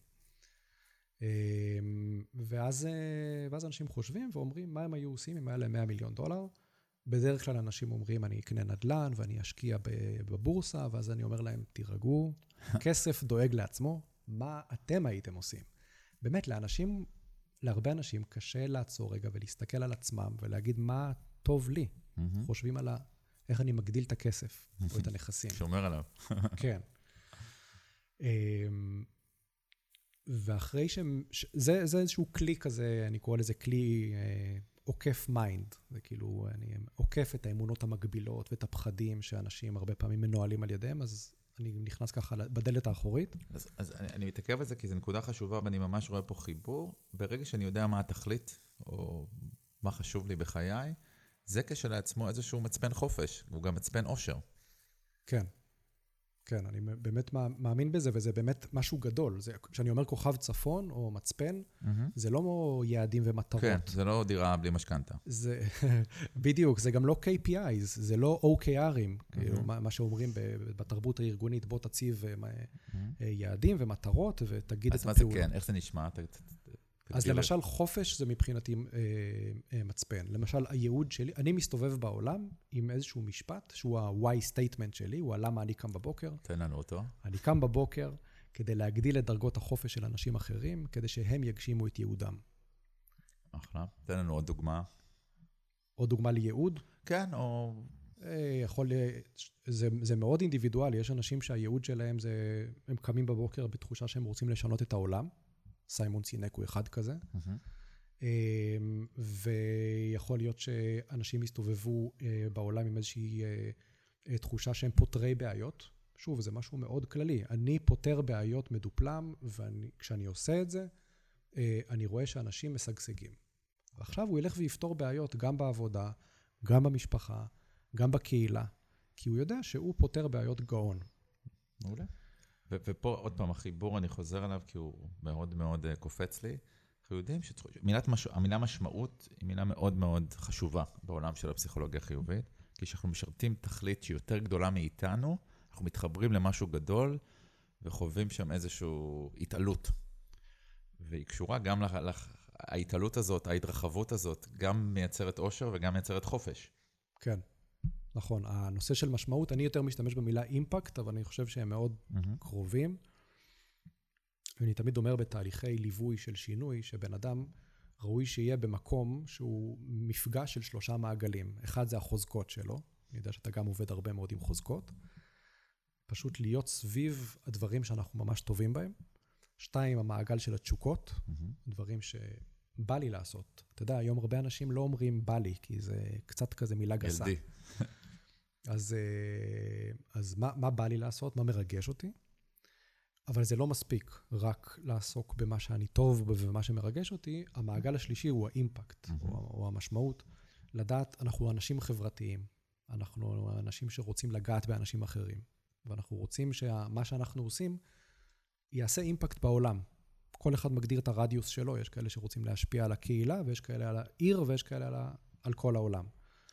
ואז, ואז אנשים חושבים ואומרים, מה הם היו עושים אם היה להם מאה מיליון דולר? בדרך כלל אנשים אומרים, אני אקנה נדל"ן ואני אשקיע בבורסה, ואז אני אומר להם, תירגעו, כסף דואג לעצמו, מה אתם הייתם עושים? באמת, לאנשים, להרבה אנשים קשה לעצור רגע ולהסתכל על עצמם ולהגיד מה טוב לי. Mm-hmm. חושבים על ה... איך אני מגדיל את הכסף או את הנכסים. שומר עליו. כן. ואחרי שהם, זה, זה איזשהו כלי כזה, אני קורא לזה כלי אה, עוקף מיינד. זה כאילו, אני עוקף את האמונות המקבילות ואת הפחדים שאנשים הרבה פעמים מנוהלים על ידיהם, אז אני נכנס ככה בדלת האחורית. אז, אז אני, אני מתעכב על זה כי זו נקודה חשובה, ואני ממש רואה פה חיבור. ברגע שאני יודע מה התכלית, או מה חשוב לי בחיי, זה כשלעצמו איזשהו מצפן חופש, הוא גם מצפן אושר. כן. כן, אני באמת מאמין בזה, וזה באמת משהו גדול. זה, כשאני אומר כוכב צפון או מצפן, mm-hmm. זה לא יעדים ומטרות. כן, זה לא דירה בלי משכנתה. זה, בדיוק, זה גם לא קיי פי איז, זה לא או קיי ארים, mm-hmm. כאילו, מה, מה שאומרים בתרבות הארגונית, בוא תציב mm-hmm. יעדים ומטרות, ותגיד את הפעולה. אז מה זה כן? איך זה נשמע? ת, ת, ת, אז למשל חופש זה מבחינתי אה, אה, מצפן. למשל הייעוד שלי, אני מסתובב בעולם עם איזשהו משפט, שהוא ה-why statement שלי, הוא הלמה אני קם בבוקר. תן לנו אותו. אני קם בבוקר כדי להגדיל את דרגות החופש של אנשים אחרים, כדי שהם יגשימו את ייעודם. אחלה. תן לנו עוד דוגמה. עוד דוגמה לייעוד? כן, או... אה, יכול, זה, זה מאוד אינדיבידואלי. יש אנשים שהייעוד שלהם זה, הם קמים בבוקר בתחושה שהם רוצים לשנות את העולם. סיימון סינק הוא אחד כזה. Mm-hmm. ויכול להיות שאנשים יסתובבו בעולם עם איזושהי תחושה שהם פותרי בעיות. שוב, זה משהו מאוד כללי. אני פותר בעיות מדופלם, וכשאני עושה את זה, אני רואה שאנשים משגשגים. ועכשיו הוא ילך ויפתור בעיות גם בעבודה, גם במשפחה, גם בקהילה, כי הוא יודע שהוא פותר בעיות גאון. מעולה. ופה עוד פעם החיבור, אני חוזר עליו, כי הוא מאוד מאוד קופץ לי. אנחנו יודעים שהמילה משמעות היא מילה מאוד מאוד חשובה בעולם של הפסיכולוגיה החיובית, כי כשאנחנו משרתים תכלית שהיא יותר גדולה מאיתנו, אנחנו מתחברים למשהו גדול, וחווים שם איזושהי התעלות. והיא קשורה גם להתעלות הזאת, ההתרחבות הזאת, גם מייצרת אושר וגם מייצרת חופש. כן. נכון, הנושא של משמעות, אני יותר משתמש במילה אימפקט, אבל אני חושב שהם מאוד mm-hmm. קרובים. ואני תמיד אומר בתהליכי ליווי של שינוי, שבן אדם ראוי שיהיה במקום שהוא מפגש של שלושה מעגלים. אחד זה החוזקות שלו, אני יודע שאתה גם עובד הרבה מאוד עם חוזקות. פשוט להיות סביב הדברים שאנחנו ממש טובים בהם. שתיים, המעגל של התשוקות, mm-hmm. דברים שבא לי לעשות. אתה יודע, היום הרבה אנשים לא אומרים בא לי, כי זה קצת כזה מילה גסה. ילדי. אז, אז מה, מה בא לי לעשות? מה מרגש אותי? אבל זה לא מספיק רק לעסוק במה שאני טוב ובמה שמרגש אותי. המעגל השלישי הוא האימפקט, mm-hmm. או, או המשמעות. לדעת, אנחנו אנשים חברתיים. אנחנו אנשים שרוצים לגעת באנשים אחרים. ואנחנו רוצים שמה שאנחנו עושים יעשה אימפקט בעולם. כל אחד מגדיר את הרדיוס שלו. יש כאלה שרוצים להשפיע על הקהילה, ויש כאלה על העיר, ויש כאלה על, ה, על כל העולם.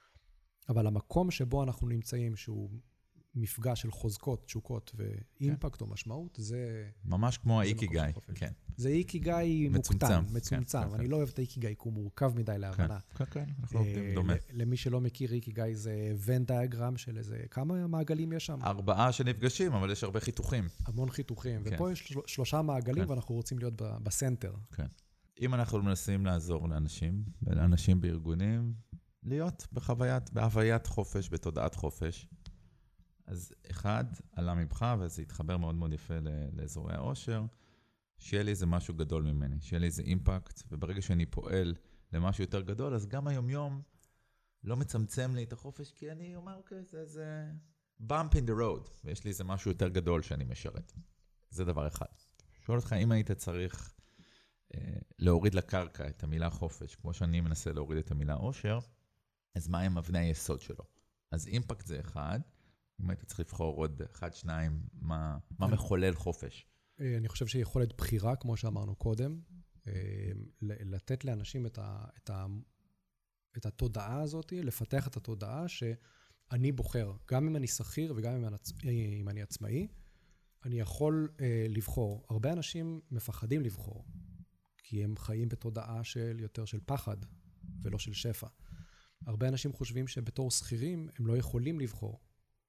אבל המקום שבו אנחנו נמצאים, שהוא מפגש של חוזקות, תשוקות ואימפקט או משמעות, זה... ממש כמו האיקיגאי, כן. זה איקיגאי מוקטן, מצומצם. אני לא אוהב את האיקיגאי, כי הוא מורכב מדי להבנה. כן, כן, אנחנו עובדים דומה. למי שלא מכיר, איקיגאי זה ון דיאגרם של איזה... כמה מעגלים יש שם? ארבעה שנפגשים, אבל יש הרבה חיתוכים. המון חיתוכים. ופה יש שלושה מעגלים, ואנחנו רוצים להיות בסנטר. כן. אם אנחנו מנסים לעזור לאנשים, ולאנשים בארגונים, להיות בחוויית, בהוויית חופש, בתודעת חופש. אז אחד עלה מבך, וזה התחבר מאוד מאוד יפה לאזורי העושר, שיהיה לי איזה משהו גדול ממני, שיהיה לי איזה אימפקט, וברגע שאני פועל למשהו יותר גדול, אז גם היום-יום לא מצמצם לי את החופש, כי אני אומר, אוקיי, זה איזה bump in the road, ויש לי איזה משהו יותר גדול שאני משרת. זה דבר אחד. שואל אותך, אם היית צריך אה, להוריד לקרקע את המילה חופש, כמו שאני מנסה להוריד את המילה עושר, אז מה הם אבני היסוד שלו? אז אימפקט זה אחד, אם היית צריך לבחור עוד אחד, שניים, מה, מה מחולל חופש? אני חושב שיכולת בחירה, כמו שאמרנו קודם, לתת לאנשים את, ה, את, ה, את התודעה הזאת, לפתח את התודעה שאני בוחר, גם אם אני שכיר וגם אם אני, אם אני עצמאי, אני יכול לבחור. הרבה אנשים מפחדים לבחור, כי הם חיים בתודעה של יותר של פחד ולא של שפע. הרבה אנשים חושבים שבתור שכירים הם לא יכולים לבחור.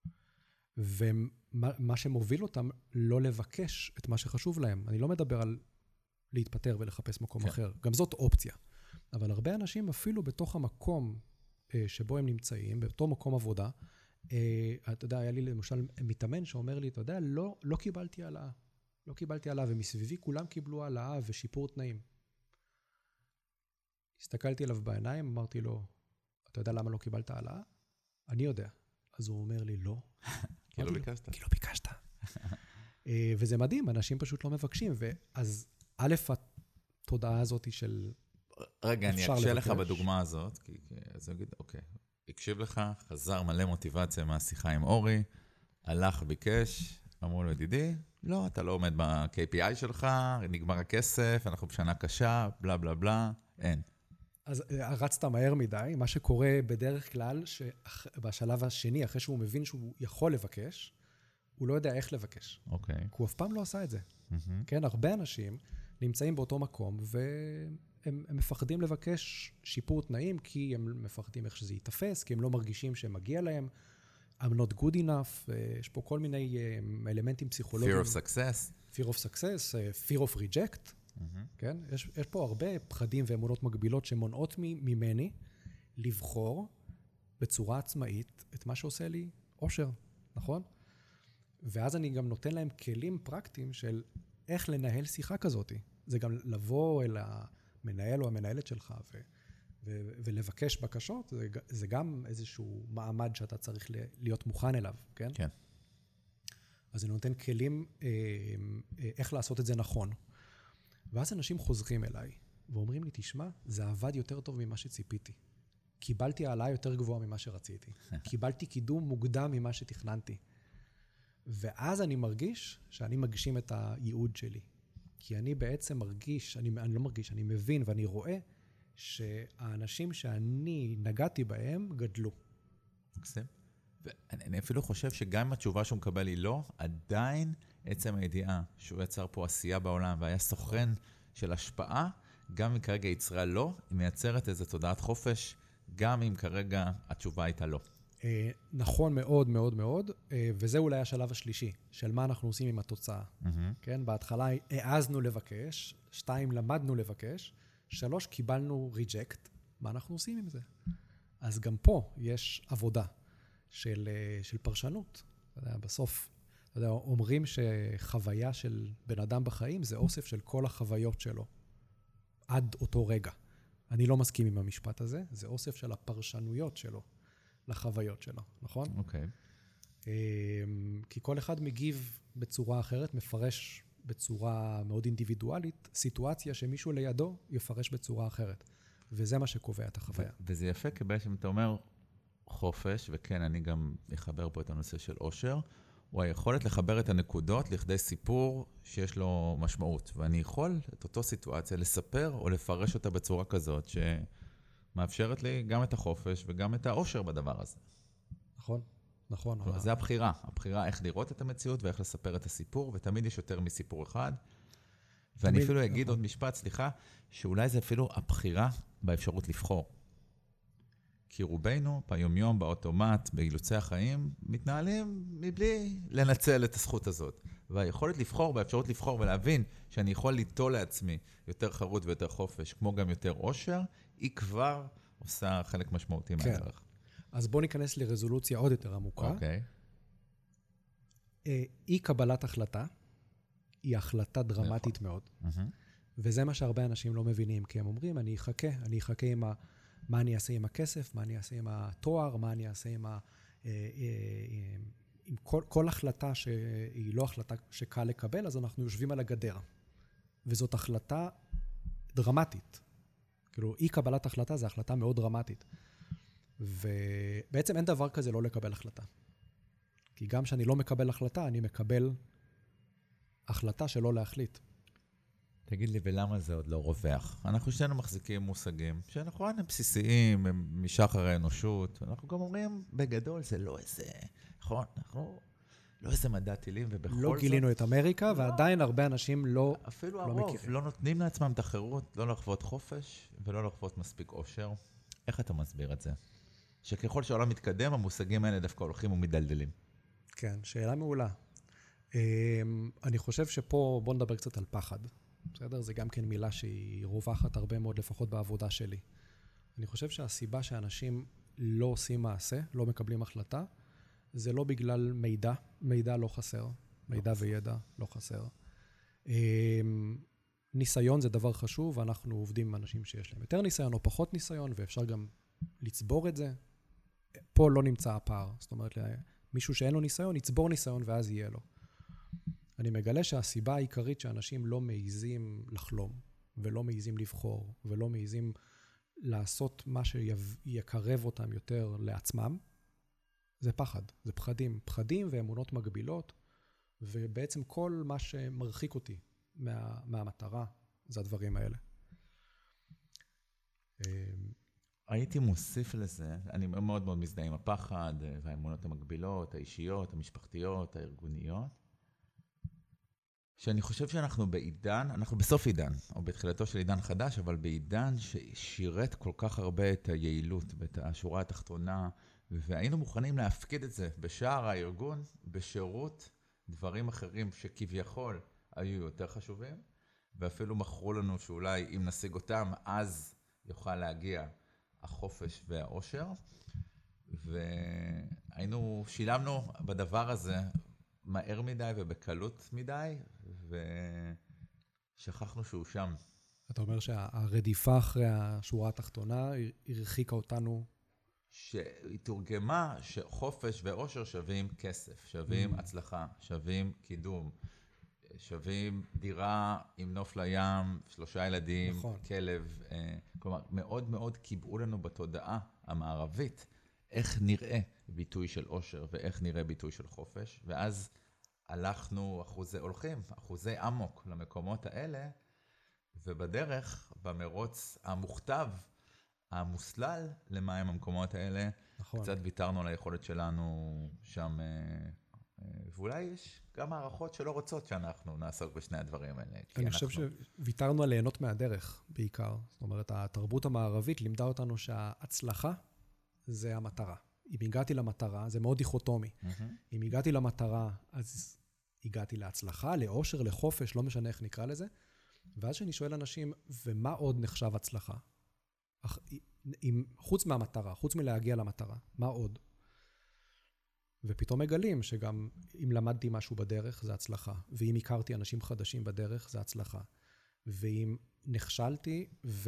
ומה שמוביל אותם לא לבקש את מה שחשוב להם. אני לא מדבר על להתפטר ולחפש מקום כן. אחר. גם זאת אופציה. אבל הרבה אנשים אפילו בתוך המקום שבו הם נמצאים, באותו מקום עבודה, אתה יודע, היה לי למשל מתאמן שאומר לי, אתה יודע, לא, לא קיבלתי העלאה. לא קיבלתי העלאה, ומסביבי כולם קיבלו העלאה ושיפור תנאים. הסתכלתי עליו בעיניים, אמרתי לו, אתה יודע למה לא קיבלת העלאה? אני יודע. אז הוא אומר לי, לא. כי לא ביקשת. כי לא ביקשת. וזה מדהים, אנשים פשוט לא מבקשים. ואז א', התודעה הזאת של... רגע, אני אקשה לך בדוגמה הזאת, כי אז אני אגיד, אוקיי, הקשיב לך, חזר מלא מוטיבציה מהשיחה עם אורי, הלך, ביקש, אמרו לו, ידידי, לא, אתה לא עומד ב-קיי פי איי שלך, נגמר הכסף, אנחנו בשנה קשה, בלה בלה בלה, אין. אז רצת מהר מדי, מה שקורה בדרך כלל, שבשלב השני, אחרי שהוא מבין שהוא יכול לבקש, הוא לא יודע איך לבקש. אוקיי. כי הוא אף פעם לא עשה את זה. כן, הרבה אנשים נמצאים באותו מקום, והם מפחדים לבקש שיפור תנאים, כי הם מפחדים איך שזה יתפס, כי הם לא מרגישים שמגיע להם. I'm not good enough, יש פה כל מיני אלמנטים פסיכולוגיים. Fear of success. Fear of success, fear of reject. כן? יש, יש פה הרבה פחדים ואמונות מגבילות שמונעות ממני לבחור בצורה עצמאית את מה שעושה לי אושר, נכון? ואז אני גם נותן להם כלים פרקטיים של איך לנהל שיחה כזאת. זה גם לבוא אל המנהל או המנהלת שלך ו, ו, ולבקש בקשות, זה, זה גם איזשהו מעמד שאתה צריך להיות מוכן אליו, כן? כן. אז אני נותן כלים אה, אה, איך לעשות את זה נכון. ואז אנשים חוזרים אליי, ואומרים לי, תשמע, זה עבד יותר טוב ממה שציפיתי. קיבלתי העלאה יותר גבוהה ממה שרציתי. קיבלתי קידום מוקדם ממה שתכננתי. ואז אני מרגיש שאני מגשים את הייעוד שלי. כי אני בעצם מרגיש, אני, אני לא מרגיש, אני מבין ואני רואה שהאנשים שאני נגעתי בהם גדלו. מקסים. ואני אפילו חושב שגם אם התשובה שהוא מקבל היא לא, עדיין עצם הידיעה שהוא יצר פה עשייה בעולם והיה סוכן של השפעה, גם אם כרגע יצרה לא, היא מייצרת איזו תודעת חופש, גם אם כרגע התשובה הייתה לא. אה, נכון מאוד מאוד מאוד, אה, וזה אולי השלב השלישי, של מה אנחנו עושים עם התוצאה. Mm-hmm. כן? בהתחלה העזנו לבקש, שתיים, למדנו לבקש, שלוש, קיבלנו ריג'קט, מה אנחנו עושים עם זה? אז גם פה יש עבודה של, של פרשנות. אתה יודע, בסוף, אתה יודע, אומרים שחוויה של בן אדם בחיים זה אוסף של כל החוויות שלו, עד אותו רגע. אני לא מסכים עם המשפט הזה, זה אוסף של הפרשנויות שלו לחוויות שלו, נכון? אוקיי. Okay. כי כל אחד מגיב בצורה אחרת, מפרש בצורה מאוד אינדיבידואלית, סיטואציה שמישהו לידו יפרש בצורה אחרת. וזה מה שקובע את החוויה. וזה יפה, כי בעצם אתה אומר חופש, וכן, אני גם אחבר פה את הנושא של אושר, הוא היכולת לחבר את הנקודות לכדי סיפור שיש לו משמעות. ואני יכול את אותו סיטואציה לספר או לפרש אותה בצורה כזאת, שמאפשרת לי גם את החופש וגם את האושר בדבר הזה. נכון, נכון. זה הבחירה, הבחירה איך לראות את המציאות ואיך לספר את הסיפור, ותמיד יש יותר מסיפור אחד. ואני אפילו אגיד עוד משפט, סליחה, שאולי זה אפילו הבחירה באפשרות לבחור. כי רובנו, ביומיום, באוטומט, באילוצי החיים, מתנהלים מבלי לנצל את הזכות הזאת. והיכולת לבחור, באפשרות לבחור ולהבין שאני יכול ליטול לעצמי יותר חרות ויותר חופש, כמו גם יותר אושר, היא כבר עושה חלק משמעותי כן. מהדרך. אז בוא ניכנס לרזולוציה עוד יותר עמוקה. אוקיי. אי קבלת החלטה, היא החלטה דרמטית נכון. מאוד. Mm-hmm. וזה מה שהרבה אנשים לא מבינים, כי הם אומרים, אני אחכה, אני אחכה עם ה... מה אני אעשה עם הכסף, מה אני אעשה עם התואר, מה אני אעשה עם ה... עם כל, כל החלטה שהיא לא החלטה שקל לקבל, אז אנחנו יושבים על הגדר. וזאת החלטה דרמטית. כאילו, אי קבלת החלטה זה החלטה מאוד דרמטית. ובעצם אין דבר כזה לא לקבל החלטה. כי גם שאני לא מקבל החלטה, אני מקבל החלטה שלא להחליט. תגיד לי, ולמה זה עוד לא רווח? אנחנו שנינו מחזיקים מושגים, שנכון, הם בסיסיים, הם משחר האנושות. אנחנו גם אומרים, בגדול, זה לא איזה, נכון, אנחנו לא איזה מדע טילים, ובכל זאת... לא גילינו את אמריקה, ועדיין הרבה אנשים לא מכירים. אפילו הרוב, לא נותנים לעצמם את החירות, לא לחוות חופש, ולא לחוות מספיק אושר. איך אתה מסביר את זה? שככל שהעולם מתקדם, המושגים האלה דווקא הולכים ומדלדלים. כן, שאלה מעולה. אני חושב שפה, בוא נדבר קצת על פחד. בסדר? זה גם כן מילה שהיא רווחת הרבה מאוד, לפחות בעבודה שלי. אני חושב שהסיבה שאנשים לא עושים מעשה, לא מקבלים החלטה, זה לא בגלל מידע, מידע לא חסר, מידע וידע לא חסר. ניסיון זה דבר חשוב, ואנחנו עובדים עם אנשים שיש להם יותר ניסיון או פחות ניסיון, ואפשר גם לצבור את זה. פה לא נמצא הפער. זאת אומרת, מישהו שאין לו ניסיון, יצבור ניסיון ואז יהיה לו. אני מגלה שהסיבה העיקרית שאנשים לא מעיזים לחלום, ולא מעיזים לבחור, ולא מעיזים לעשות מה שיקרב אותם יותר לעצמם, זה פחד, זה פחדים. פחדים ואמונות מגבילות, ובעצם כל מה שמרחיק אותי מה, מהמטרה, זה הדברים האלה. הייתי מוסיף לזה, אני מאוד מאוד מזדהה עם הפחד, והאמונות המגבילות, האישיות, המשפחתיות, הארגוניות, שאני חושב שאנחנו בעידן, אנחנו בסוף עידן, או בתחילתו של עידן חדש, אבל בעידן ששירת כל כך הרבה את היעילות ואת השורה התחתונה, והיינו מוכנים להפקיד את זה בשער הארגון, בשירות דברים אחרים שכביכול היו יותר חשובים, ואפילו מכרו לנו שאולי אם נשיג אותם, אז יוכל להגיע החופש והאושר, והיינו, שילמנו בדבר הזה מהר מדי ובקלות מדי, ושכחנו שהוא שם. אתה אומר שהרדיפה אחרי השורה התחתונה הרחיקה אותנו? שהיא תורגמה שחופש ואושר שווים כסף, שווים mm. הצלחה, שווים קידום, שווים דירה עם נוף לים, שלושה ילדים, נכון. כלב. כלומר, מאוד מאוד קיבעו לנו בתודעה המערבית איך נראה ביטוי של אושר ואיך נראה ביטוי של חופש, ואז הלכנו אחוזי, הולכים אחוזי עמוק למקומות האלה, ובדרך, במרוץ המוכתב, המוסלל למהם המקומות האלה, נכון. קצת ויתרנו על היכולת שלנו שם, ואולי יש גם הערכות שלא רוצות שאנחנו נעסוק בשני הדברים האלה. אני אנחנו... חושב שוויתרנו על ליהנות מהדרך בעיקר. זאת אומרת, התרבות המערבית לימדה אותנו שההצלחה זה המטרה. אם הגעתי למטרה, זה מאוד דיכוטומי. Mm-hmm. אם הגעתי למטרה, אז הגעתי להצלחה, לאושר, לחופש, לא משנה איך נקרא לזה. ואז שאני שואל אנשים, ומה עוד נחשב הצלחה? אם, חוץ מהמטרה, חוץ מלהגיע למטרה, מה עוד? ופתאום מגלים שגם אם למדתי משהו בדרך, זה הצלחה. ואם הכרתי אנשים חדשים בדרך, זה הצלחה. ואם נכשלתי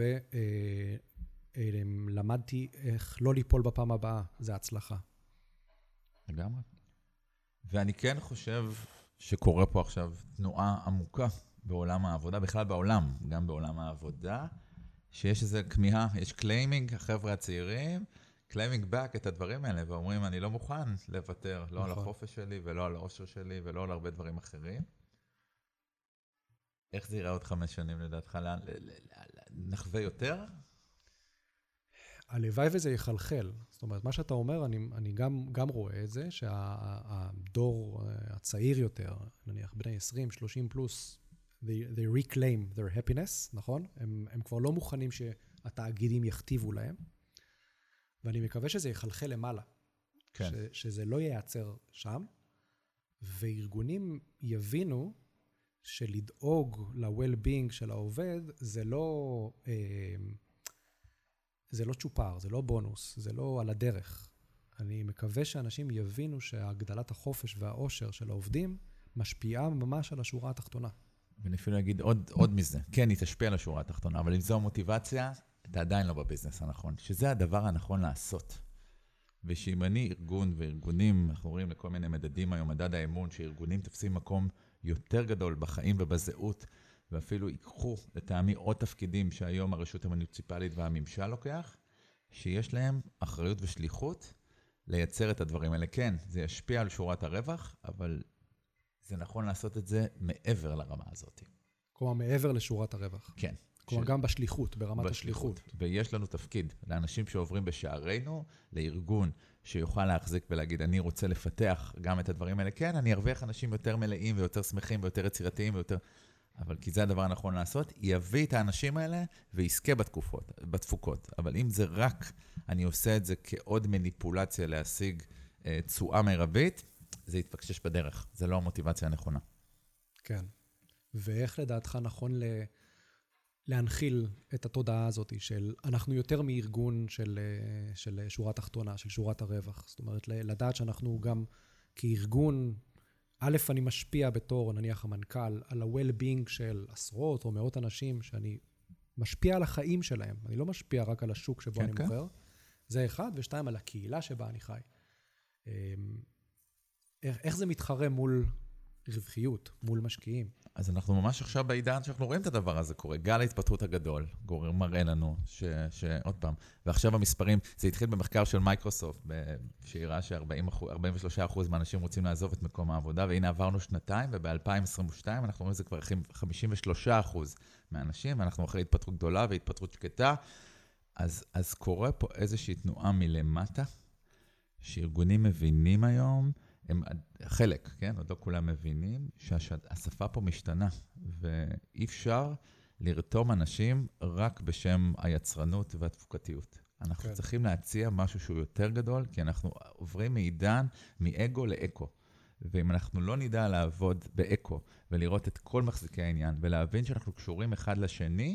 ולמדתי איך לא ליפול בפעם הבאה, זה הצלחה. לגמרי. ואני כן חושב שקורה פה עכשיו תנועה עמוקה בעולם העבודה, בכלל בעולם, גם בעולם העבודה, שיש איזו כמיהה, יש קליימינג, החבר'ה הצעירים, קליימינג back את הדברים האלה, ואומרים, אני לא מוכן לוותר, לא על החופש שלי, ולא על האושר שלי, ולא על הרבה דברים אחרים. איך זה יראה עוד חמש שנים לדעתך? נחווה יותר? הלוואי וזה יחלחל. זאת אומרת, מה שאתה אומר, אני, אני גם, גם רואה את זה, שהדור הצעיר יותר, נניח בני עשרים, שלושים פלוס, they, they reclaim their happiness, נכון? הם, הם כבר לא מוכנים שהתאגידים יכתיבו להם, ואני מקווה שזה יחלחל למעלה. כן. ש, שזה לא ייעצר שם, וארגונים יבינו שלדאוג ל-well-being של העובד, זה לא, זה לא צ'ופר, זה לא בונוס, זה לא על הדרך. אני מקווה שאנשים יבינו שהגדלת החופש והאושר של העובדים משפיעה ממש על השורה התחתונה. ואני אפילו אגיד עוד, עוד מזה. כן, היא תשפיע על השורה התחתונה, אבל אם זו המוטיבציה, אתה עדיין לא בביזנס הנכון, שזה הדבר הנכון לעשות. ושאם אני ארגון וארגונים, אנחנו רואים לכל מיני מדדים היום, מדד האמון, שארגונים תפסים מקום יותר גדול בחיים ובזהות, ואפילו ייקחו לטעמי עוד תפקידים שהיום הרשות המוניציפלית והממשל לוקח, שיש להם אחריות ושליחות לייצר את הדברים האלה. כן, זה ישפיע על שורת הרווח, אבל זה נכון לעשות את זה מעבר לרמה הזאת. כלומר, מעבר לשורת הרווח. כן. כלומר, גם בשליחות, ברמת בשליחות. השליחות. ויש לנו תפקיד לאנשים שעוברים בשערינו, לארגון שיוכל להחזיק ולהגיד, אני רוצה לפתח גם את הדברים האלה. כן, אני ארוויח אנשים יותר מלאים ויותר שמחים ויותר יצירתיים ויותר... אבל כי זה הדבר הנכון לעשות, יביא את האנשים האלה ויזכה בתקופות, בתפוקות. אבל אם זה רק, אני עושה את זה כעוד מניפולציה להשיג אה, תשואה מרבית, זה יתפקשש בדרך. זה לא המוטיבציה הנכונה. כן. ואיך לדעתך נכון ל... להנחיל את התודעה הזאת של אנחנו יותר מארגון של, של שורה תחתונה, של שורת הרווח. זאת אומרת, לדעת שאנחנו גם כארגון א', אני משפיע בתור, נניח המנכ"ל, על ה-well-being של עשרות או מאות אנשים, שאני משפיע על החיים שלהם. אני לא משפיע רק על השוק שבו כן, אני כן. מוכר. זה אחד, ושתיים, על הקהילה שבה אני חי. איך, איך זה מתחרה מול רווחיות, מול משקיעים? אז אנחנו ממש עכשיו בעידן שאנחנו רואים את הדבר הזה קורה. גל ההתפתחות הגדול, גורם מראה לנו ש, שעוד פעם, ועכשיו המספרים, זה התחיל במחקר של מייקרוסופט, שהראה ש-ארבעים ושלושה אחוז מהאנשים רוצים לעזוב את מקום העבודה, והנה עברנו שנתיים, וב-אלפיים עשרים ושתיים אנחנו רואים את זה כבר חמישים ושלושה אחוז מהאנשים, ואנחנו אחרי התפתחות גדולה והתפתחות שקטה, אז, אז קורה פה איזושהי תנועה מלמטה, שארגונים מבינים היום, הם חלק, כן? עוד לא כולם מבינים שהשפה פה משתנה, ואי אפשר לרתום אנשים רק בשם היצרנות והתפוקתיות. אנחנו כן. צריכים להציע משהו שהוא יותר גדול, כי אנחנו עוברים מעידן, מאגו לאקו. ואם אנחנו לא נדע לעבוד באקו, ולראות את כל מחזיקי העניין, ולהבין שאנחנו קשורים אחד לשני,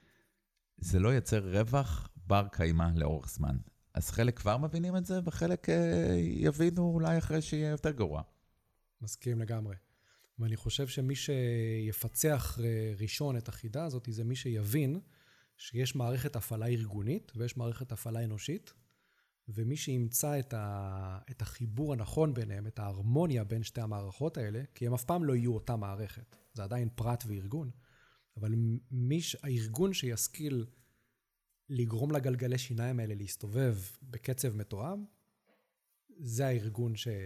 זה לא ייצר רווח בר קיימה לאורך זמן. אז חלק כבר מבינים את זה, וחלק אה, יבינו אולי אחרי שיהיה יותר גרוע. מסכים לגמרי. ואני חושב שמי שיפצח ראשון את החידה הזאת, זה מי שיבין שיש מערכת הפעלה ארגונית, ויש מערכת הפעלה אנושית, ומי שימצא את, ה... את החיבור הנכון ביניהם, את ההרמוניה בין שתי המערכות האלה, כי הם אף פעם לא יהיו אותה מערכת. זה עדיין פרט וארגון. אבל מי... הארגון שישכיל לגרום לגלגלי שיניים האלה להסתובב בקצב מתואם, זה הארגון ש...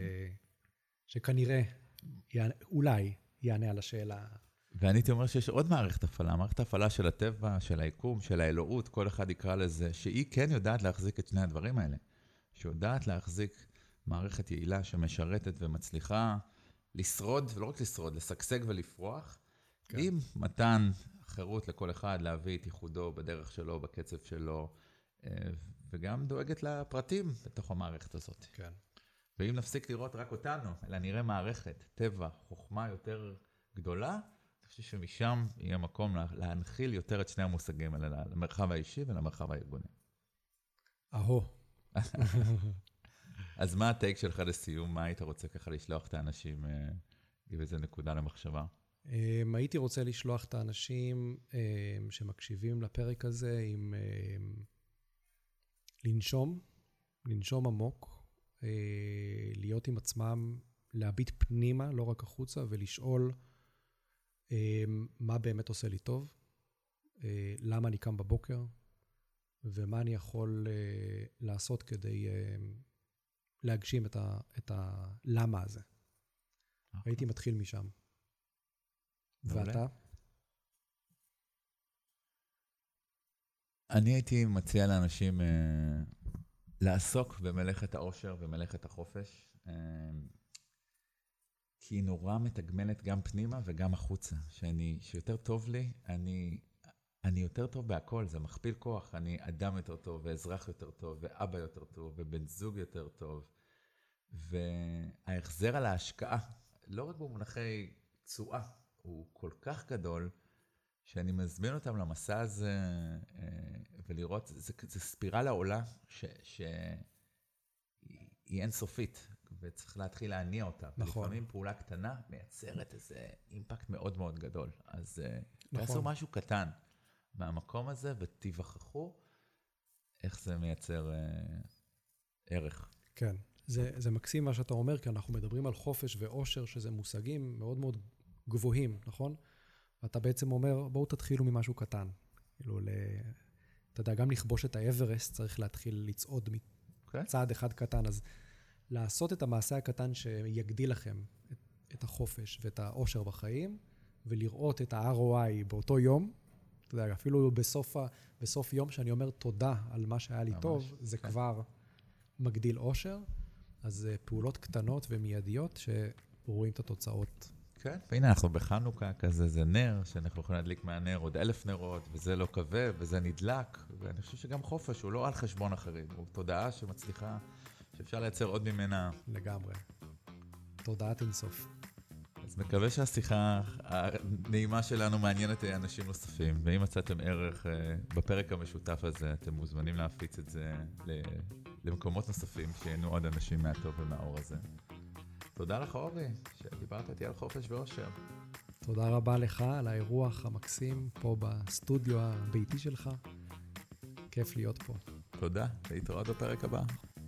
שכנראה, יענה, אולי, יענה על השאלה. ואני הייתי אומר שיש עוד מערכת הפעלה, מערכת הפעלה של הטבע, של היקום, של האלוהות, כל אחד יקרא לזה, שהיא כן יודעת להחזיק את שני הדברים האלה. שיודעת להחזיק מערכת יעילה שמשרתת ומצליחה לשרוד, ולא רק לשרוד, לשגשג ולפרוח, כן. עם מתן חירות לכל אחד להביא את ייחודו בדרך שלו, בקצב שלו, וגם דואגת לפרטים בתוך המערכת הזאת. כן. ואם נפסיק לראות רק אותנו, אלא נראה מערכת, טבע, חוכמה יותר גדולה, אני חושב שמשם יהיה מקום להנחיל יותר את שני המושגים האלה, למרחב האישי ולמרחב הארגוני. אהו. אז מה הטייק שלך לסיום? מה היית רוצה ככה לשלוח את האנשים עם איזה נקודה למחשבה? הייתי רוצה לשלוח את האנשים שמקשיבים לפרק הזה עם לנשום, לנשום עמוק, להיות עם עצמם, להביט פנימה, לא רק החוצה, ולשאול מה באמת עושה לי טוב, למה אני קם בבוקר, ומה אני יכול לעשות כדי להגשים את ה, את הלמה הזה. הייתי מתחיל משם. ואתה? אני הייתי מציע לאנשים אה, לעסוק במלאכת העושר ומלאכת החופש, אה, כי היא נורא מתגמלת גם פנימה וגם החוצה. שאני, שיותר טוב לי, אני, אני יותר טוב בהכל, זה מכפיל כוח. אני אדם יותר טוב, ואזרח יותר טוב, ואבא יותר טוב, ובן זוג יותר טוב. וההחזר על ההשקעה, לא רק במונחי תשואה, הוא כל כך גדול, שאני מזמין אותם למסע הזה, ולראות, זה, זה ספירלה עולה, שהיא אינסופית, וצריך להתחיל להניע אותה. נכון. ולפעמים פעולה קטנה מייצרת איזה אימפקט מאוד מאוד גדול. אז נכון. תעשו משהו קטן מהמקום הזה, ותיווכחו איך זה מייצר אה, ערך. כן, זה, זה מקסים מה שאתה אומר, כי אנחנו מדברים על חופש ועושר, שזה מושגים מאוד מאוד גבוהים, נכון? ואתה בעצם אומר, בואו תתחילו ממשהו קטן. כאילו, ל... אתה יודע, גם לכבוש את האברסט, צריך להתחיל לצעוד מצעד אחד קטן, אז לעשות את המעשה הקטן שיגדיל לכם את, את החופש ואת העושר בחיים, ולראות את ה-אר או איי באותו יום, אתה יודע, אפילו בסוף, בסוף יום שאני אומר תודה על מה שהיה לי ממש, טוב, זה כן. כבר מגדיל עושר, אז פעולות קטנות ומיידיות שרואים את התוצאות. כן, והנה אנחנו בחנוכה כזה, זה נר, שאנחנו יכולים להדליק מהנר עוד אלף נרות, וזה לא כבה, וזה נדלק, ואני חושב שגם חופש הוא לא על חשבון אחרים, הוא תודעה שמצליחה, שאפשר לייצר עוד ממנה. לגמרי. תודעת אינסוף. אז מקווה שהשיחה הנעימה שלנו מעניינת אנשים נוספים, ואם מצאתם ערך בפרק המשותף הזה, אתם מוזמנים להפיץ את זה למקומות נוספים, שיהנו עוד אנשים מהטוב ומהאור הזה. תודה לך, אורי, שדיברת איתי על חופש ואושר. תודה רבה לך על האירוח המקסים פה בסטודיו הביתי שלך. כיף להיות פה. תודה, להתראות בפרק הבא.